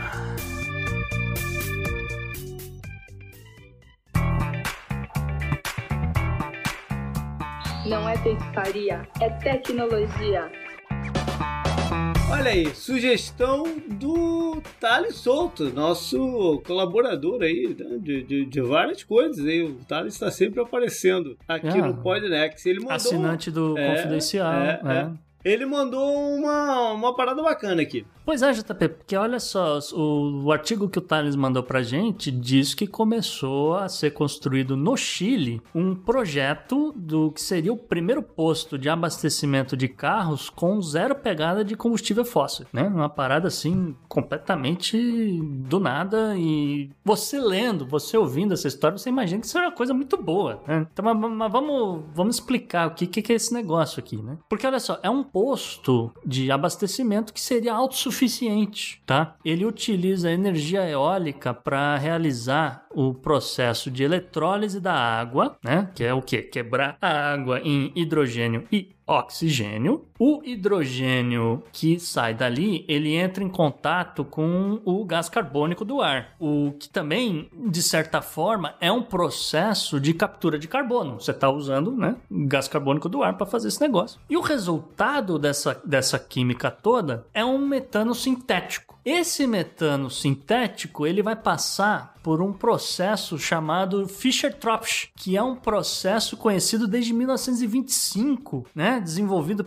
Não é pescaria, é tecnologia. Olha aí, sugestão do Thales Souto, nosso colaborador aí, né, de várias coisas. Aí. O Thales está sempre aparecendo aqui no Podnext. Ele mandou, assinante do Confidencial. Ele mandou uma parada bacana aqui. Pois é, JP, porque olha só, o artigo que o Thales mandou pra gente diz que começou a ser construído no Chile um projeto do que seria o primeiro posto de abastecimento de carros com zero pegada de combustível fóssil, né? Uma parada assim, completamente do nada, e você lendo, você ouvindo essa história, você imagina que isso é uma coisa muito boa, né? Então, mas vamos explicar o que é esse negócio aqui, né? Porque olha só, é um posto de abastecimento que seria autossuficiente, tá? Ele utiliza energia eólica para realizar o processo de eletrólise da água, né? Que é o quê? Quebrar a água em hidrogênio e oxigênio. O hidrogênio que sai dali, ele entra em contato com o gás carbônico do ar, o que também, de certa forma, é um processo de captura de carbono. Você está usando, né, gás carbônico do ar para fazer esse negócio. E o resultado dessa química toda é um metano sintético. Esse metano sintético, ele vai passar por um processo chamado Fischer-Tropsch, que é um processo conhecido desde 1925, né? Desenvolvido pela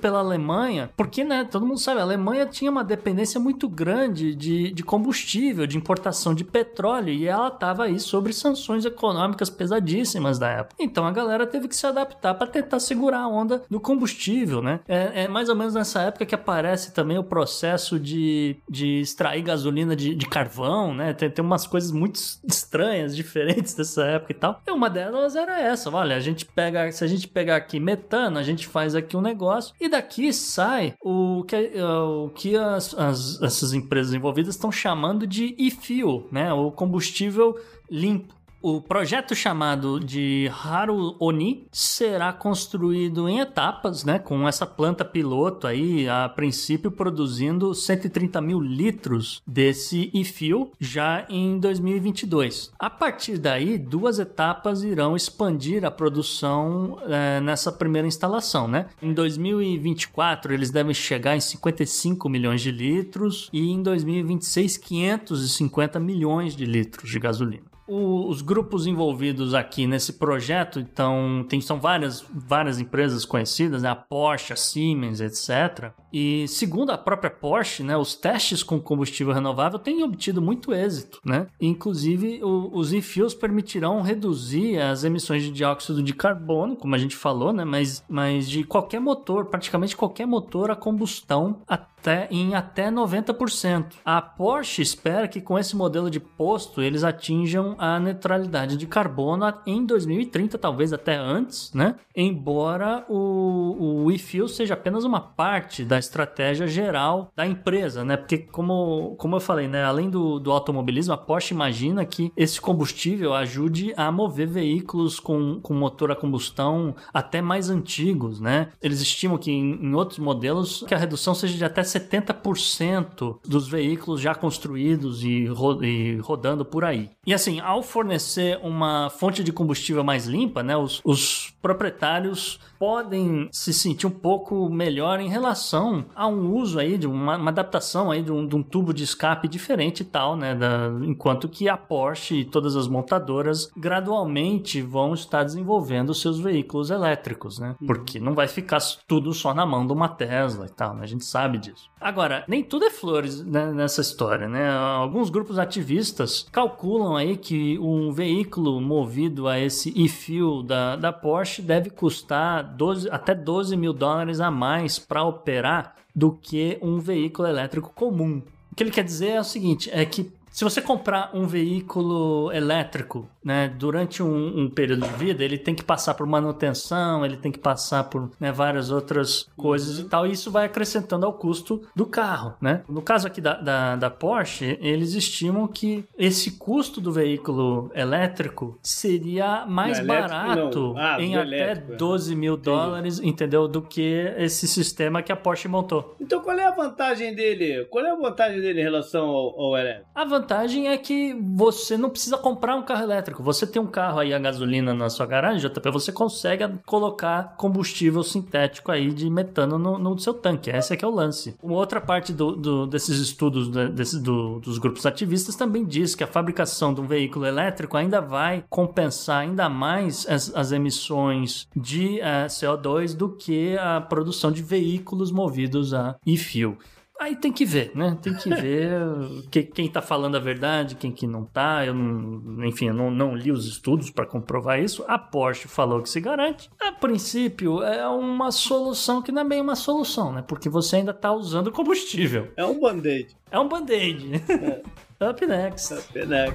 Alemanha, porque, né, todo mundo sabe, a Alemanha tinha uma dependência muito grande de combustível, de importação de petróleo, e ela estava aí sobre sanções econômicas pesadíssimas da época. Então a galera teve que se adaptar para tentar segurar a onda do combustível, né? É mais ou menos nessa época que aparece também o processo de extrair gasolina de carvão, né? Tem umas coisas muito estranhas, diferentes dessa época e tal. E uma delas era essa, olha, se a gente pegar aqui metano, a gente faz aqui um negócio e daqui sai o que essas empresas envolvidas estão chamando de e-fuel, né? O combustível limpo. O projeto chamado de Haru Oni será construído em etapas, né, com essa planta piloto aí, a princípio produzindo 130 mil litros desse e-fuel já em 2022. A partir daí, 2 etapas irão expandir a produção nessa primeira instalação, né? Em 2024, eles devem chegar em 55 milhões de litros e em 2026, 550 milhões de litros de gasolina. Os grupos envolvidos aqui nesse projeto, então, são várias empresas conhecidas, né? A Porsche, a Siemens, etc. E segundo a própria Porsche, né, os testes com combustível renovável têm obtido muito êxito, né? Inclusive, os e-fuels permitirão reduzir as emissões de dióxido de carbono, como a gente falou, né? Mas de qualquer motor, praticamente qualquer motor a combustão em até 90%. A Porsche espera que com esse modelo de posto eles atinjam a neutralidade de carbono em 2030, talvez até antes, né? Embora o e-fuel seja apenas uma parte da estratégia geral da empresa, né? Porque como eu falei, né? Além do automobilismo, a Porsche imagina que esse combustível ajude a mover veículos com motor a combustão até mais antigos, né? Eles estimam que em outros modelos que a redução seja de até 70% dos veículos já construídos e rodando por aí. E assim, ao fornecer uma fonte de combustível mais limpa, né, os proprietários podem se sentir um pouco melhor em relação a um uso aí de uma adaptação aí de um tubo de escape diferente e tal, né, enquanto que a Porsche e todas as montadoras gradualmente vão estar desenvolvendo seus veículos elétricos, né, porque não vai ficar tudo só na mão de uma Tesla e tal, né, a gente sabe disso. Agora, nem tudo é flores, né, nessa história, né, alguns grupos ativistas calculam aí que um veículo movido a esse e-fuel da Porsche deve custar até $12 mil a mais para operar do que um veículo elétrico comum. O que ele quer dizer é o seguinte, é que se você comprar um veículo elétrico, né, durante um período de vida, ele tem que passar por manutenção, ele tem que passar por, né, várias outras coisas e tal, e isso vai acrescentando ao custo do carro, né? No caso aqui da Porsche, eles estimam que esse custo do veículo elétrico seria mais barato em até $12 mil, entendeu? Do que esse sistema que a Porsche montou. Então qual é a vantagem dele? Qual é a vantagem dele em relação ao elétrico? A vantagem é que você não precisa comprar um carro elétrico. Você tem um carro aí a gasolina na sua garagem, JP, você consegue colocar combustível sintético aí de metano no seu tanque. Esse aqui é o lance. Uma outra parte desses estudos dos grupos ativistas também diz que a fabricação de um veículo elétrico ainda vai compensar ainda mais as emissões de CO2 do que a produção de veículos movidos a e-fuel. Aí tem que ver, né? Tem que ver quem tá falando a verdade, quem que não tá. Eu não li os estudos para comprovar isso. A Porsche falou que se garante. A princípio, é uma solução que não é bem uma solução, né? Porque você ainda tá usando combustível. É um band-aid. É um band-aid. É. Up next. Up next.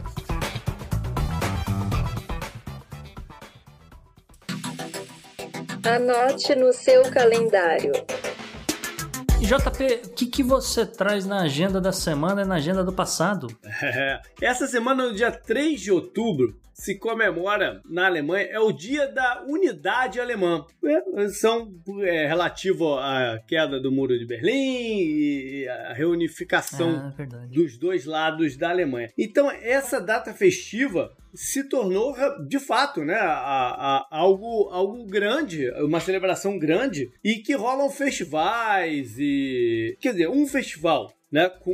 Anote no seu calendário. E JP, o que você traz na agenda da semana e na agenda do passado? Essa semana, no dia 3 de outubro, se comemora na Alemanha, é o Dia da Unidade Alemã. São relativo à queda do Muro de Berlim e à reunificação dos dois lados da Alemanha. Então, essa data festiva se tornou, de fato, né, algo grande, uma celebração grande, e que rolam festivais e... Quer dizer, um festival né? Com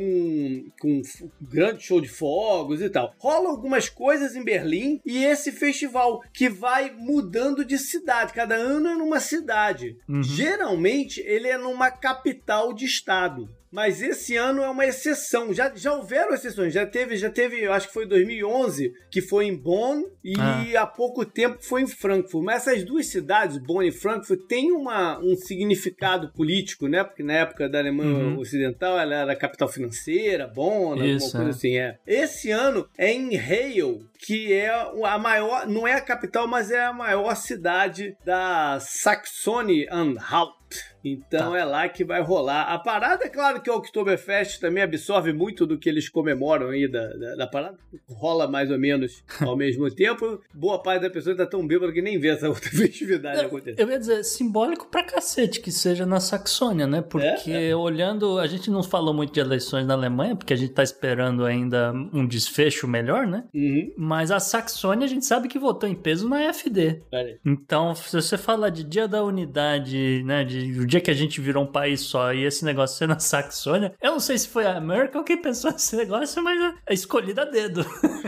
grande show de fogos e tal. Rola algumas coisas em Berlim e esse festival que vai mudando de cidade. Cada ano é numa cidade. Geralmente ele é numa capital de estado. Mas esse ano é uma exceção. Já houveram exceções. Já teve, eu acho que foi em 2011, que foi em Bonn, e há pouco tempo foi em Frankfurt. Mas essas duas cidades, Bonn e Frankfurt, têm um significado político, né? Porque na época da Alemanha Ocidental ela era a capital financeira, Bonn, alguma coisa assim. Esse ano é em Halle, que é a maior, não é a capital, mas é a maior cidade da Saxony-Anhalt. Então é lá que vai rolar. A parada, é claro que o Oktoberfest também absorve muito do que eles comemoram aí da parada. Rola mais ou menos ao mesmo tempo. Boa parte da pessoa tá tão bêbada que nem vê essa outra festividade acontecer. Eu ia dizer, simbólico pra cacete que seja na Saxônia, né? Porque olhando, a gente não falou muito de eleições na Alemanha, porque a gente tá esperando ainda um desfecho melhor, né? Mas a Saxônia a gente sabe que votou em peso na AfD. Então, se você falar de Dia da Unidade, né? O dia que a gente virou um país só e esse negócio ser na Saxônia, eu não sei se foi a Merkel quem pensou nesse negócio, mas é escolhida a dedo.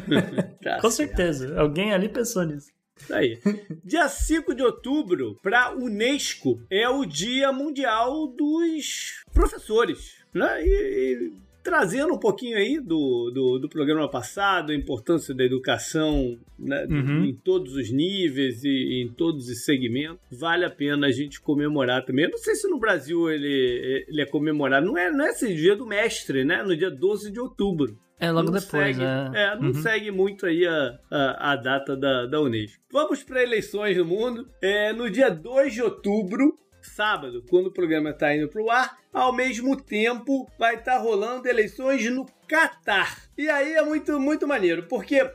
Com certeza. Alguém ali pensou nisso. Aí. Dia 5 de outubro, para a Unesco, é o Dia Mundial dos Professores. Né? E trazendo um pouquinho aí do programa passado, a importância da educação, né, em todos os níveis e em todos os segmentos, vale a pena a gente comemorar também. Eu não sei se no Brasil ele é comemorado, não é esse dia do mestre, né? No dia 12 de outubro. Logo não depois, segue, não segue muito aí a data da Unesco. Vamos para eleições no mundo. No dia 2 de outubro, sábado, quando o programa está indo para o ar, ao mesmo tempo vai estar rolando eleições no Catar. E aí é muito, muito maneiro, porque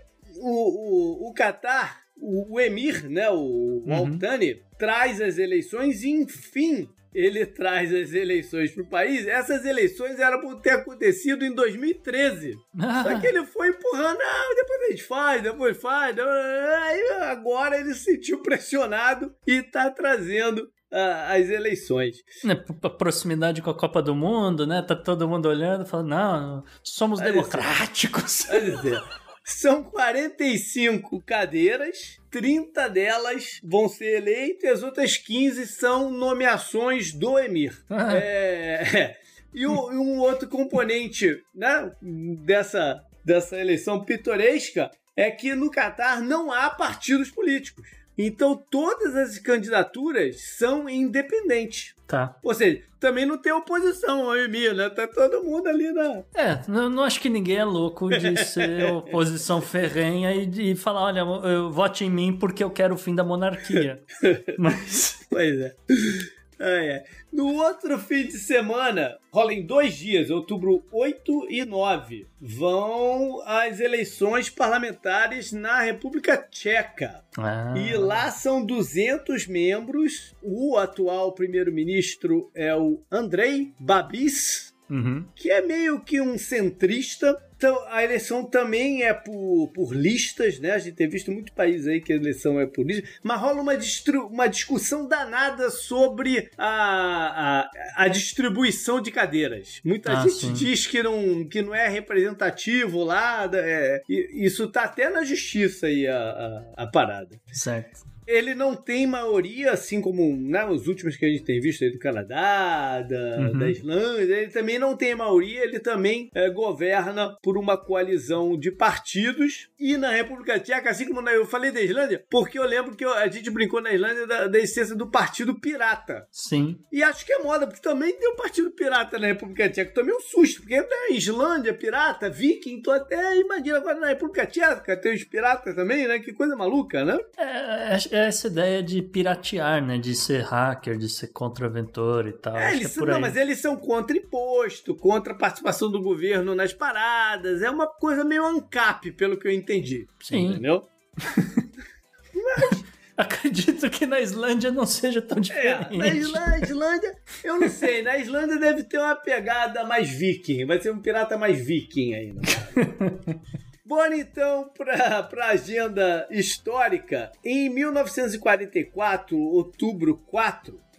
o Catar, o Emir, né, o Al Thani, traz as eleições e, enfim, ele traz as eleições para o país. Essas eleições eram para ter acontecido em 2013. Só que ele foi empurrando, depois a gente faz, Aí agora ele se sentiu pressionado e está trazendo as eleições. A proximidade com a Copa do Mundo, né? Tá todo mundo olhando e falando, não, somos democráticos. São 45 cadeiras, 30 delas vão ser eleitas e as outras 15 são nomeações do Emir. E um outro componente, né, dessa eleição pitoresca é que no Catar não há partidos políticos. Então, todas as candidaturas são independentes. Tá. Ou seja, também não tem oposição ao Emir, né? Tá todo mundo ali na... não acho que ninguém é louco de ser oposição ferrenha e de falar, olha, vote em mim porque eu quero o fim da monarquia. Mas... Pois é. No outro fim de semana, rola em 2 dias, outubro 8 e 9, vão as eleições parlamentares na República Tcheca. E lá são 200 membros. O atual primeiro-ministro é o Andrej Babis, que é meio que um centrista. Então, a eleição também é por listas, né? A gente tem visto muitos países aí que a eleição é por listas, mas rola uma discussão danada sobre a distribuição de cadeiras. Muita gente diz que não é representativo lá, isso tá até na justiça aí a parada. Certo. Ele não tem maioria, assim como, né, os últimos que a gente tem visto aí do Canadá, da Islândia, ele também não tem maioria, ele também governa por uma coalizão de partidos. E na República Tcheca, assim como eu falei da Islândia, porque eu lembro que a gente brincou na Islândia da existência do Partido Pirata. Sim. E acho que é moda, porque também tem um Partido Pirata na República Tcheca. Também é um susto, porque na Islândia, pirata, viking, então até imagina agora na República Tcheca tem os piratas também, né? Que coisa maluca, né? Essa ideia de piratear, né? De ser hacker, de ser contraventor e tal. Mas eles são contra imposto, contra a participação do governo nas paradas. É uma coisa meio ANCAP, pelo que eu entendi. Sim. Entendeu? Acredito que na Islândia não seja tão diferente. Na Islândia, eu não sei. Na Islândia deve ter uma pegada mais viking. Vai ser um pirata mais viking aí, né? Bora então para a agenda histórica. Em 1944, outubro 4,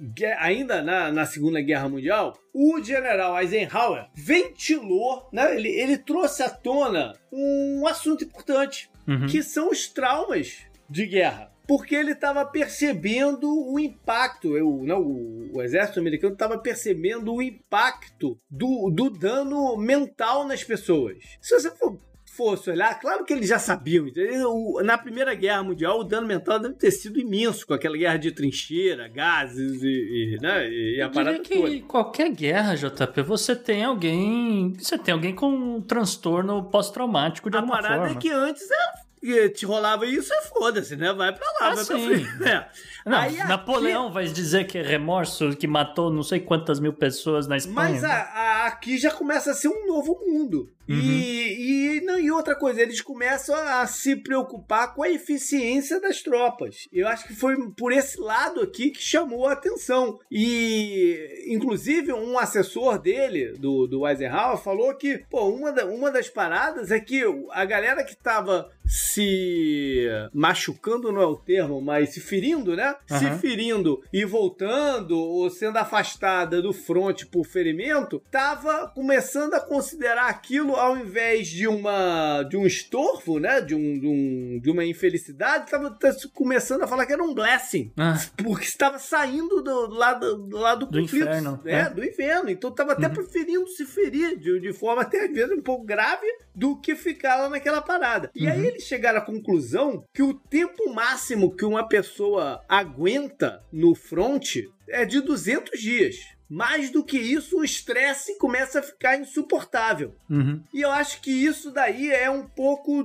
ainda na Segunda Guerra Mundial, o general Eisenhower ventilou, né? Ele trouxe à tona um assunto importante, que são os traumas de guerra. Porque ele estava percebendo o impacto, o exército americano estava percebendo o impacto do dano mental nas pessoas. Se você fosse olhar, claro que eles já sabiam. Na Primeira Guerra Mundial, o dano mental deve ter sido imenso, com aquela guerra de trincheira, gases e a parada toda. Eu diria que qualquer guerra, JP, você tem alguém com um transtorno pós-traumático de alguma forma. A parada é que antes te rolava isso, foda-se, né? Vai pra lá, vai pra frente. Não, aí, Napoleão vai dizer que é remorso, que matou não sei quantas mil pessoas na Espanha. Mas aqui já começa a ser um novo mundo. E outra coisa, eles começam a se preocupar com a eficiência das tropas. Eu acho que foi por esse lado aqui que chamou a atenção. E, inclusive, um assessor dele, do Eisenhower, falou que, uma das paradas é que a galera que tava se machucando, não é o termo, mas se ferindo, né? Se ferindo e voltando ou sendo afastada do fronte por ferimento, tava começando a considerar aquilo, ao invés de um estorvo, né? De uma infelicidade, tava começando a falar que era um blessing. Porque estava saindo do lado do conflito. Inferno. Do inferno. Então tava até preferindo se ferir de forma até às vezes um pouco grave do que ficar lá naquela parada. E aí eles chegaram à conclusão que o tempo máximo que uma pessoa aguenta no front é de 200 dias. Mais do que isso, o estresse começa a ficar insuportável. E eu acho que isso daí é um pouco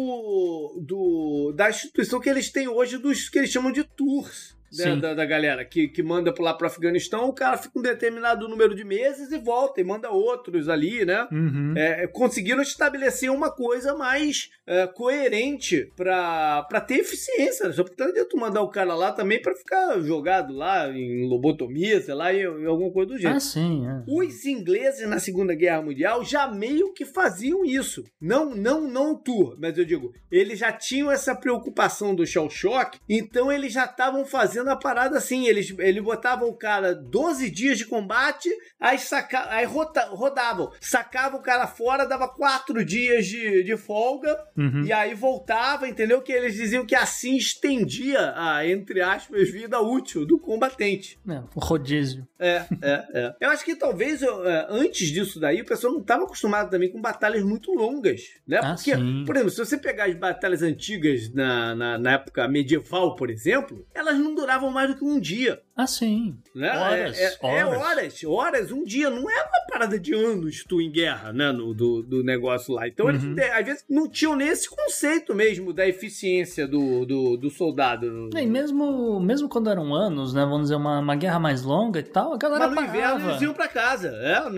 da instituição que eles têm hoje, dos que eles chamam de tours. Da galera que manda lá pro Afeganistão, o cara fica um determinado número de meses e volta e manda outros ali, né? Conseguiram estabelecer uma coisa mais coerente pra ter eficiência, né? Só porque não adianta mandar o cara lá também pra ficar jogado lá em lobotomia, sei lá, em alguma coisa do jeito. Os ingleses na Segunda Guerra Mundial já meio que faziam isso. Não o tour, mas eu digo, eles já tinham essa preocupação do shell shock, então eles já estavam fazendo a parada assim, eles botavam o cara 12 dias de combate, aí rodavam, sacavam o cara fora, dava 4 dias de folga, e aí voltava, entendeu? Que eles diziam que assim estendia a, entre aspas, vida útil do combatente. O rodízio. Eu acho que talvez antes disso daí, o pessoal não estava acostumado também com batalhas muito longas, né? Porque, por exemplo, se você pegar as batalhas antigas na época medieval, por exemplo, elas não duravam mais do que um dia. Né? Horas, um dia. Não é uma parada de anos tu em guerra, né? Do negócio lá. Então, eles, às vezes, não tinham nem esse conceito mesmo da eficiência do soldado. E mesmo quando eram anos, né? Vamos dizer, uma guerra mais longa e tal, a galera parava. Mas no inverno eles iam pra casa.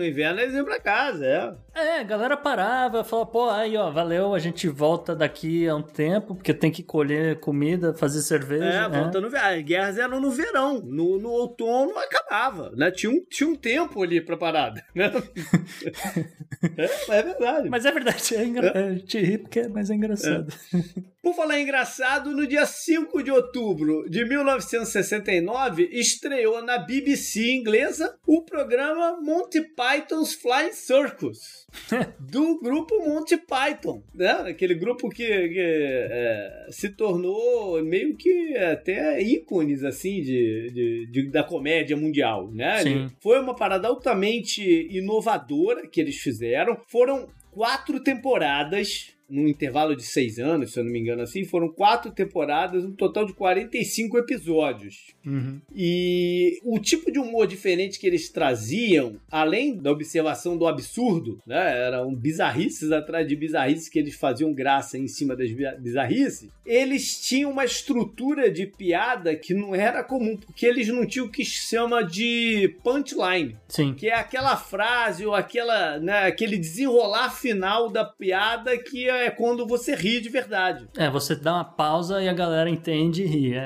A galera parava, falava, aí, ó, valeu, a gente volta daqui a um tempo, porque tem que colher comida, fazer cerveja. Volta no verão. As guerras eram no verão. No outono acabava, né? Tinha um tempo ali pra parada, né? É verdade. Mas é verdade, a gente ri porque mas é engraçado. Por falar em engraçado, no dia 5 de outubro de 1969, estreou na BBC inglesa o programa Monty Python's Flying Circus, do grupo Monty Python, né? Aquele grupo que se tornou meio que até ícones, assim, da comédia mundial, né? Foi uma parada altamente inovadora que eles fizeram. Foram 4 temporadas, num intervalo de 6 anos, se eu não me engano assim, foram 4 temporadas, um total de 45 episódios. E o tipo de humor diferente que eles traziam, além da observação do absurdo, né, eram bizarrices atrás de bizarrices que eles faziam graça em cima das bizarrices, eles tinham uma estrutura de piada que não era comum, porque eles não tinham o que se chama de punchline, que é aquela frase ou aquele desenrolar final da piada que é quando você ri de verdade. Você dá uma pausa e a galera entende e ri.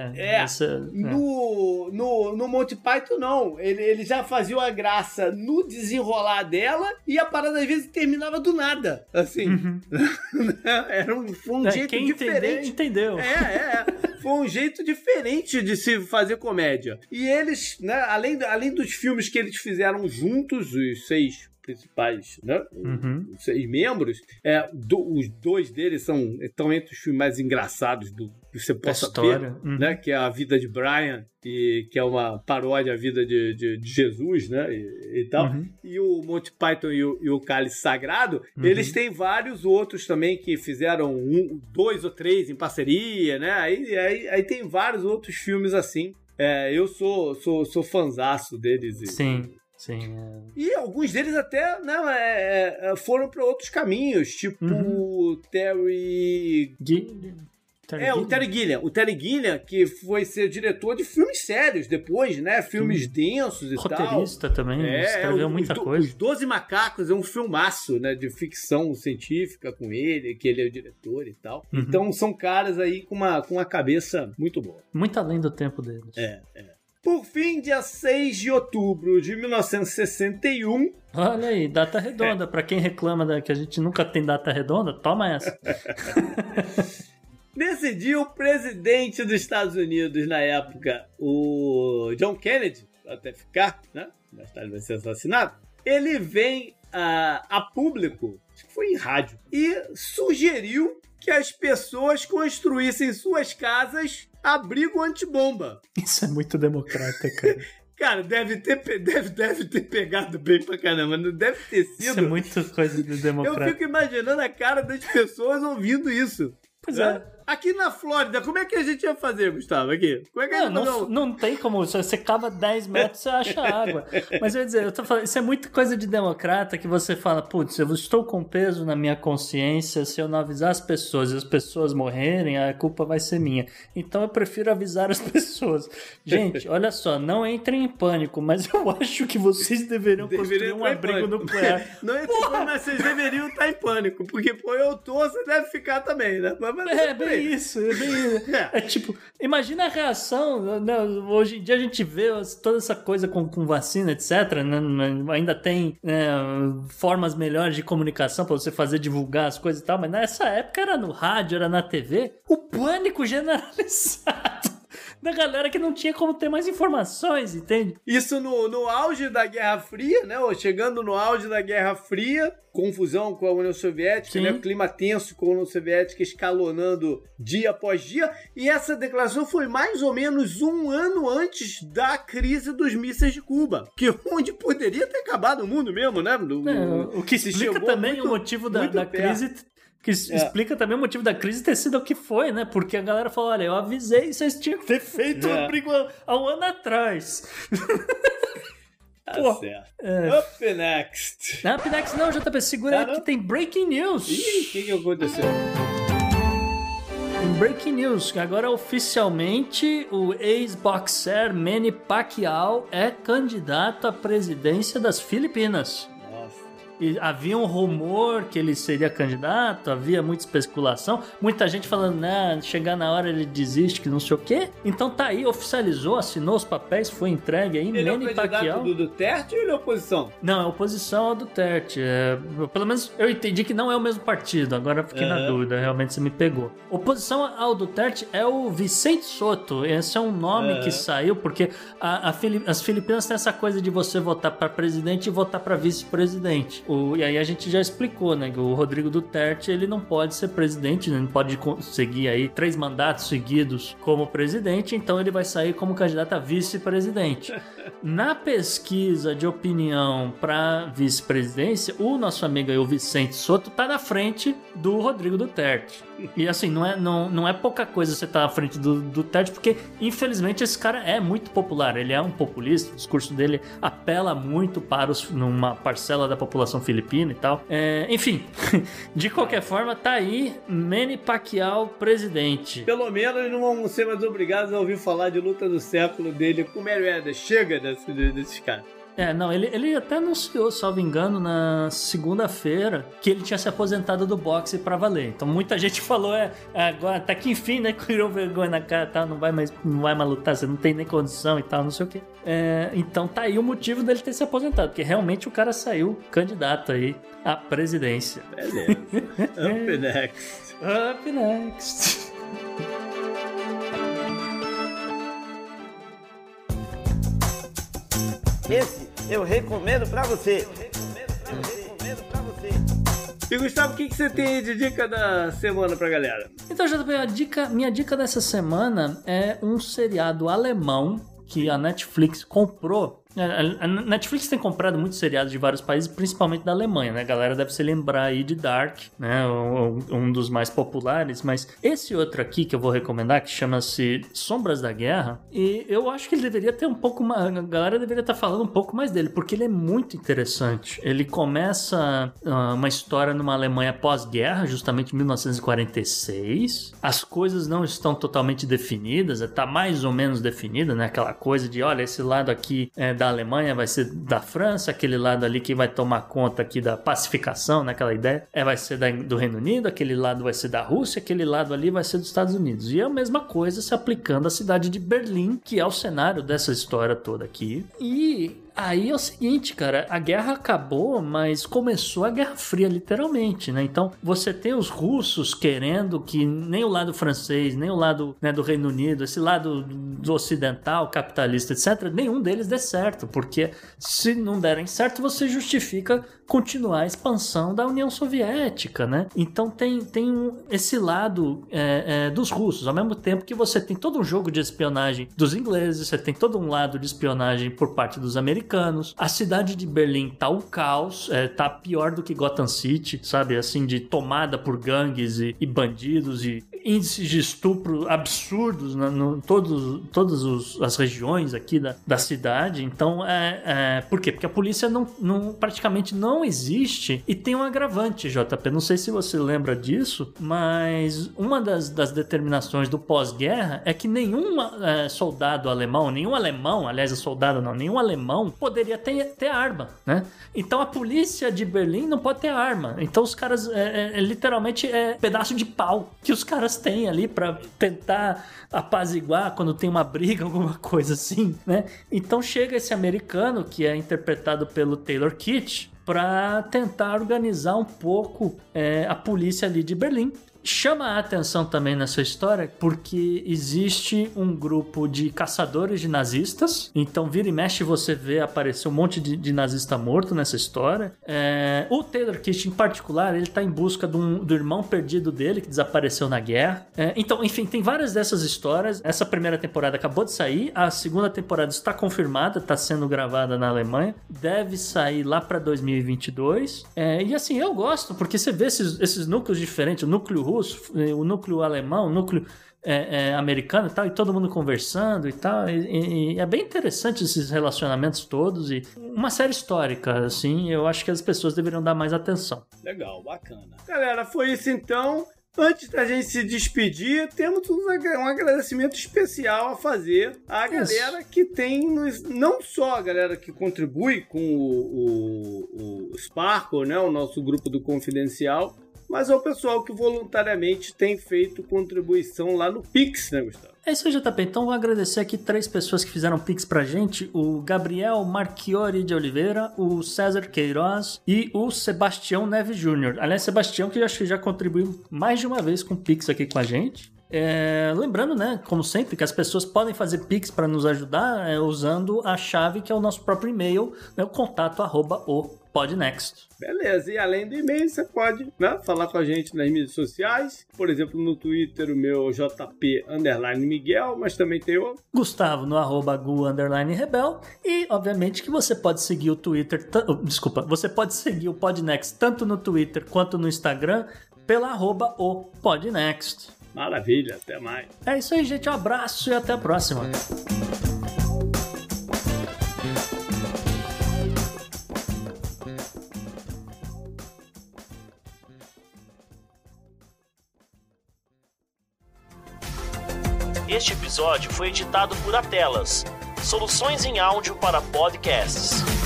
No Monty Python, não. Ele já fazia a graça no desenrolar dela e a parada às vezes terminava do nada. Assim. Era um jeito quem diferente. Entendeu. Foi um jeito diferente de se fazer comédia. E eles, né, além dos filmes que eles fizeram juntos, os 6 principais, né? Os 6 membros, os 2 deles estão entre os filmes mais engraçados que você possa ver, né? Que é A Vida de Brian, que é uma paródia à vida de Jesus, né? E tal. E o Monty Python e o Cálice Sagrado, eles têm vários outros também que fizeram 2 ou 3 em parceria, né? Aí tem vários outros filmes assim. Eu sou fanzaço deles. Sim. E alguns deles até foram para outros caminhos, tipo o Terry Gilliam. O Terry Gilliam, que foi ser diretor de filmes sérios depois, né? Filmes densos e tal. Roteirista também, escreveu muita coisa. Os 12 Macacos é um filmaço, né? De ficção científica com ele, que ele é o diretor e tal. Então são caras aí com uma cabeça muito boa. Muito além do tempo deles. Por fim, dia 6 de outubro de 1961... Olha aí, data redonda. Pra quem reclama que a gente nunca tem data redonda, toma essa. Nesse dia, o presidente dos Estados Unidos, na época, o John Kennedy, até ficar, né? Mais tarde vai ser assassinado. Ele vem a público, acho que foi em rádio, e sugeriu que as pessoas construíssem suas casas abrigo antibomba. Isso é muito democrata, cara. Cara, deve ter pegado bem pra caramba. Não deve ter sido. Isso é muito coisa de democrata. Eu fico imaginando a cara das pessoas ouvindo isso. Pois é. Aqui na Flórida, como é que a gente ia fazer, Gustavo? Aqui? Como é que não tem como. Se você cava 10 metros, você acha água. Mas eu ia dizer, eu tô falando, isso é muito coisa de democrata que você fala, putz, eu estou com peso na minha consciência, se eu não avisar as pessoas e as pessoas morrerem, a culpa vai ser minha. Então eu prefiro avisar as pessoas. Gente, olha só, não entrem em pânico, mas eu acho que vocês deveriam construir um abrigo nuclear. Não entrem em pânico, mas vocês deveriam estar em pânico, porque eu tô, você deve ficar também, né? É bem isso. É tipo, imagina a reação, né? Hoje em dia a gente vê toda essa coisa com vacina, etc, né? Ainda tem formas melhores de comunicação para você divulgar as coisas e tal, mas nessa época era no rádio, era na TV, o pânico generalizado da galera que não tinha como ter mais informações, entende? Isso no auge da Guerra Fria, né? Chegando no auge da Guerra Fria, confusão com a União Soviética, né? Clima tenso com a União Soviética escalonando dia após dia. E essa declaração foi mais ou menos 1 ano antes da crise dos mísseis de Cuba, onde poderia ter acabado o mundo mesmo, né? O que explica também o motivo da crise... Que explica também o motivo da crise ter sido o que foi, né? Porque a galera falou, olha, eu avisei, vocês tinham que ter feito um abrigo há 1 ano atrás. Tá certo. Up next. Up next não, JP, segura aí que tem breaking news. Ih, o que aconteceu? Breaking news, agora oficialmente o ex-boxer Manny Pacquiao é candidato à presidência das Filipinas. E havia um rumor que ele seria candidato, havia muita especulação, muita gente falando, né, chegar na hora ele desiste, que não sei o quê. Então tá aí, oficializou, assinou os papéis, foi entregue aí, Manny Pacquiao. Ele é o candidato do Duterte ou ele é oposição? Não, é oposição ao Duterte. Pelo menos eu entendi que não é o mesmo partido, agora fiquei na dúvida, realmente você me pegou. Oposição ao Duterte é o Vicente Soto, esse é um nome que saiu, porque as Filipinas têm essa coisa de você votar para presidente e votar para vice-presidente. E aí a gente já explicou, né, que o Rodrigo Duterte, ele não pode ser presidente, né, não pode conseguir aí 3 mandatos seguidos como presidente, então ele vai sair como candidato a vice-presidente. Na pesquisa de opinião para vice-presidência, o nosso amigo aí, o Vicente Soto, tá na frente do Rodrigo Duterte. E assim, não é pouca coisa você estar à frente do Duterte, porque infelizmente esse cara é muito popular, ele é um populista, o discurso dele apela muito para uma parcela da população filipina e tal. Enfim, de qualquer forma, tá aí Manny Pacquiao presidente. Pelo menos não vão ser mais obrigados a ouvir falar de luta do século dele com Mayweather. Chega desses caras. Não, ele até anunciou, salvo engano, na segunda-feira, que ele tinha se aposentado do boxe pra valer. Então muita gente falou, agora até que enfim, né, criou vergonha na cara, tá, não vai mais lutar, você não tem nem condição e tal, não sei o quê. Então tá aí o motivo dele ter se aposentado, porque realmente o cara saiu candidato aí à presidência. Beleza. Up next. Up next. Esse eu recomendo pra você. E Gustavo, o que você tem de dica da semana pra galera? Então, JP, minha dica dessa semana é um seriado alemão que a Netflix comprou. A Netflix tem comprado muitos seriados de vários países, principalmente da Alemanha, né? A galera deve se lembrar aí de Dark, né? Um dos mais populares, mas esse outro aqui que eu vou recomendar, que chama-se Sombras da Guerra, e eu acho que ele deveria ter um pouco mais... A galera deveria estar falando um pouco mais dele, porque ele é muito interessante. Ele começa uma história numa Alemanha pós-guerra, justamente em 1946. As coisas não estão totalmente definidas, está mais ou menos definida, né? Aquela coisa de, olha, esse lado aqui da Alemanha vai ser da França, aquele lado ali que vai tomar conta aqui da pacificação, né, aquela ideia, vai ser do Reino Unido, aquele lado vai ser da Rússia, aquele lado ali vai ser dos Estados Unidos. E é a mesma coisa se aplicando à cidade de Berlim, que é o cenário dessa história toda aqui. E aí é o seguinte, cara, a guerra acabou, mas começou a Guerra Fria, literalmente, né? Então, você tem os russos querendo que nem o lado francês, nem o lado, né, do Reino Unido, esse lado do ocidental, capitalista, etc., nenhum deles dê certo, porque se não derem certo, você justifica continuar a expansão da União Soviética, né? Então, tem esse lado dos russos, ao mesmo tempo que você tem todo um jogo de espionagem dos ingleses, você tem todo um lado de espionagem por parte dos americanos. A cidade de Berlim tá um caos, tá pior do que Gotham City, sabe? Assim, de tomada por gangues e bandidos e índices de estupro absurdos todas as regiões aqui da cidade. Então, por quê? Porque a polícia praticamente não existe e tem um agravante, JP. Não sei se você lembra disso, mas uma das determinações do pós-guerra é que nenhum soldado alemão, nenhum alemão poderia ter arma, né? Então a polícia de Berlim não pode ter arma. Então os caras, literalmente, pedaço de pau que os caras têm ali pra tentar apaziguar quando tem uma briga, alguma coisa assim, né? Então chega esse americano, que é interpretado pelo Taylor Kitsch, para tentar organizar um pouco a polícia ali de Berlim. Chama a atenção também nessa história porque existe um grupo de caçadores de nazistas. Então vira e mexe você vê aparecer um monte de nazista morto nessa história. O Taylor Kitsch em particular, ele tá em busca do irmão perdido dele que desapareceu na guerra. Então, enfim, tem várias dessas histórias. Essa primeira temporada acabou de sair, a segunda temporada está confirmada, está sendo gravada na Alemanha, deve sair lá para 2022. E assim, eu gosto porque você vê esses núcleos diferentes, o núcleo russo, o núcleo alemão, o núcleo americano e tal, e todo mundo conversando e tal, e é bem interessante esses relacionamentos todos, e uma série histórica, assim, eu acho que as pessoas deveriam dar mais atenção. Legal, bacana. Galera, foi isso então. Antes da gente se despedir, temos um agradecimento especial a fazer à galera que tem, não só a galera que contribui com o Sparkle, né, o nosso grupo do Confidencial, mas ao pessoal que voluntariamente tem feito contribuição lá no Pix, né, Gustavo? É isso aí, JP. Então vou agradecer aqui 3 pessoas que fizeram Pix pra gente: o Gabriel Marchiori de Oliveira, o César Queiroz e o Sebastião Neves Júnior. Aliás, Sebastião, que eu acho que já contribuiu mais de uma vez com Pix aqui com a gente. Lembrando, né, como sempre, que as pessoas podem fazer Pix para nos ajudar usando a chave que é o nosso próprio e-mail, né, o contato@podnext. Beleza, e além do e-mail, você pode, né, falar com a gente nas mídias sociais, por exemplo, no Twitter, o meu JP_Miguel, mas também tem o Gustavo no @Gu_Rebel, e obviamente que você pode seguir o Twitter, você pode seguir o Podnext tanto no Twitter quanto no Instagram pela @Podnext. Maravilha, até mais. É isso aí, gente. Um abraço e até a próxima. Este episódio foi editado por Atelas, soluções em áudio para podcasts.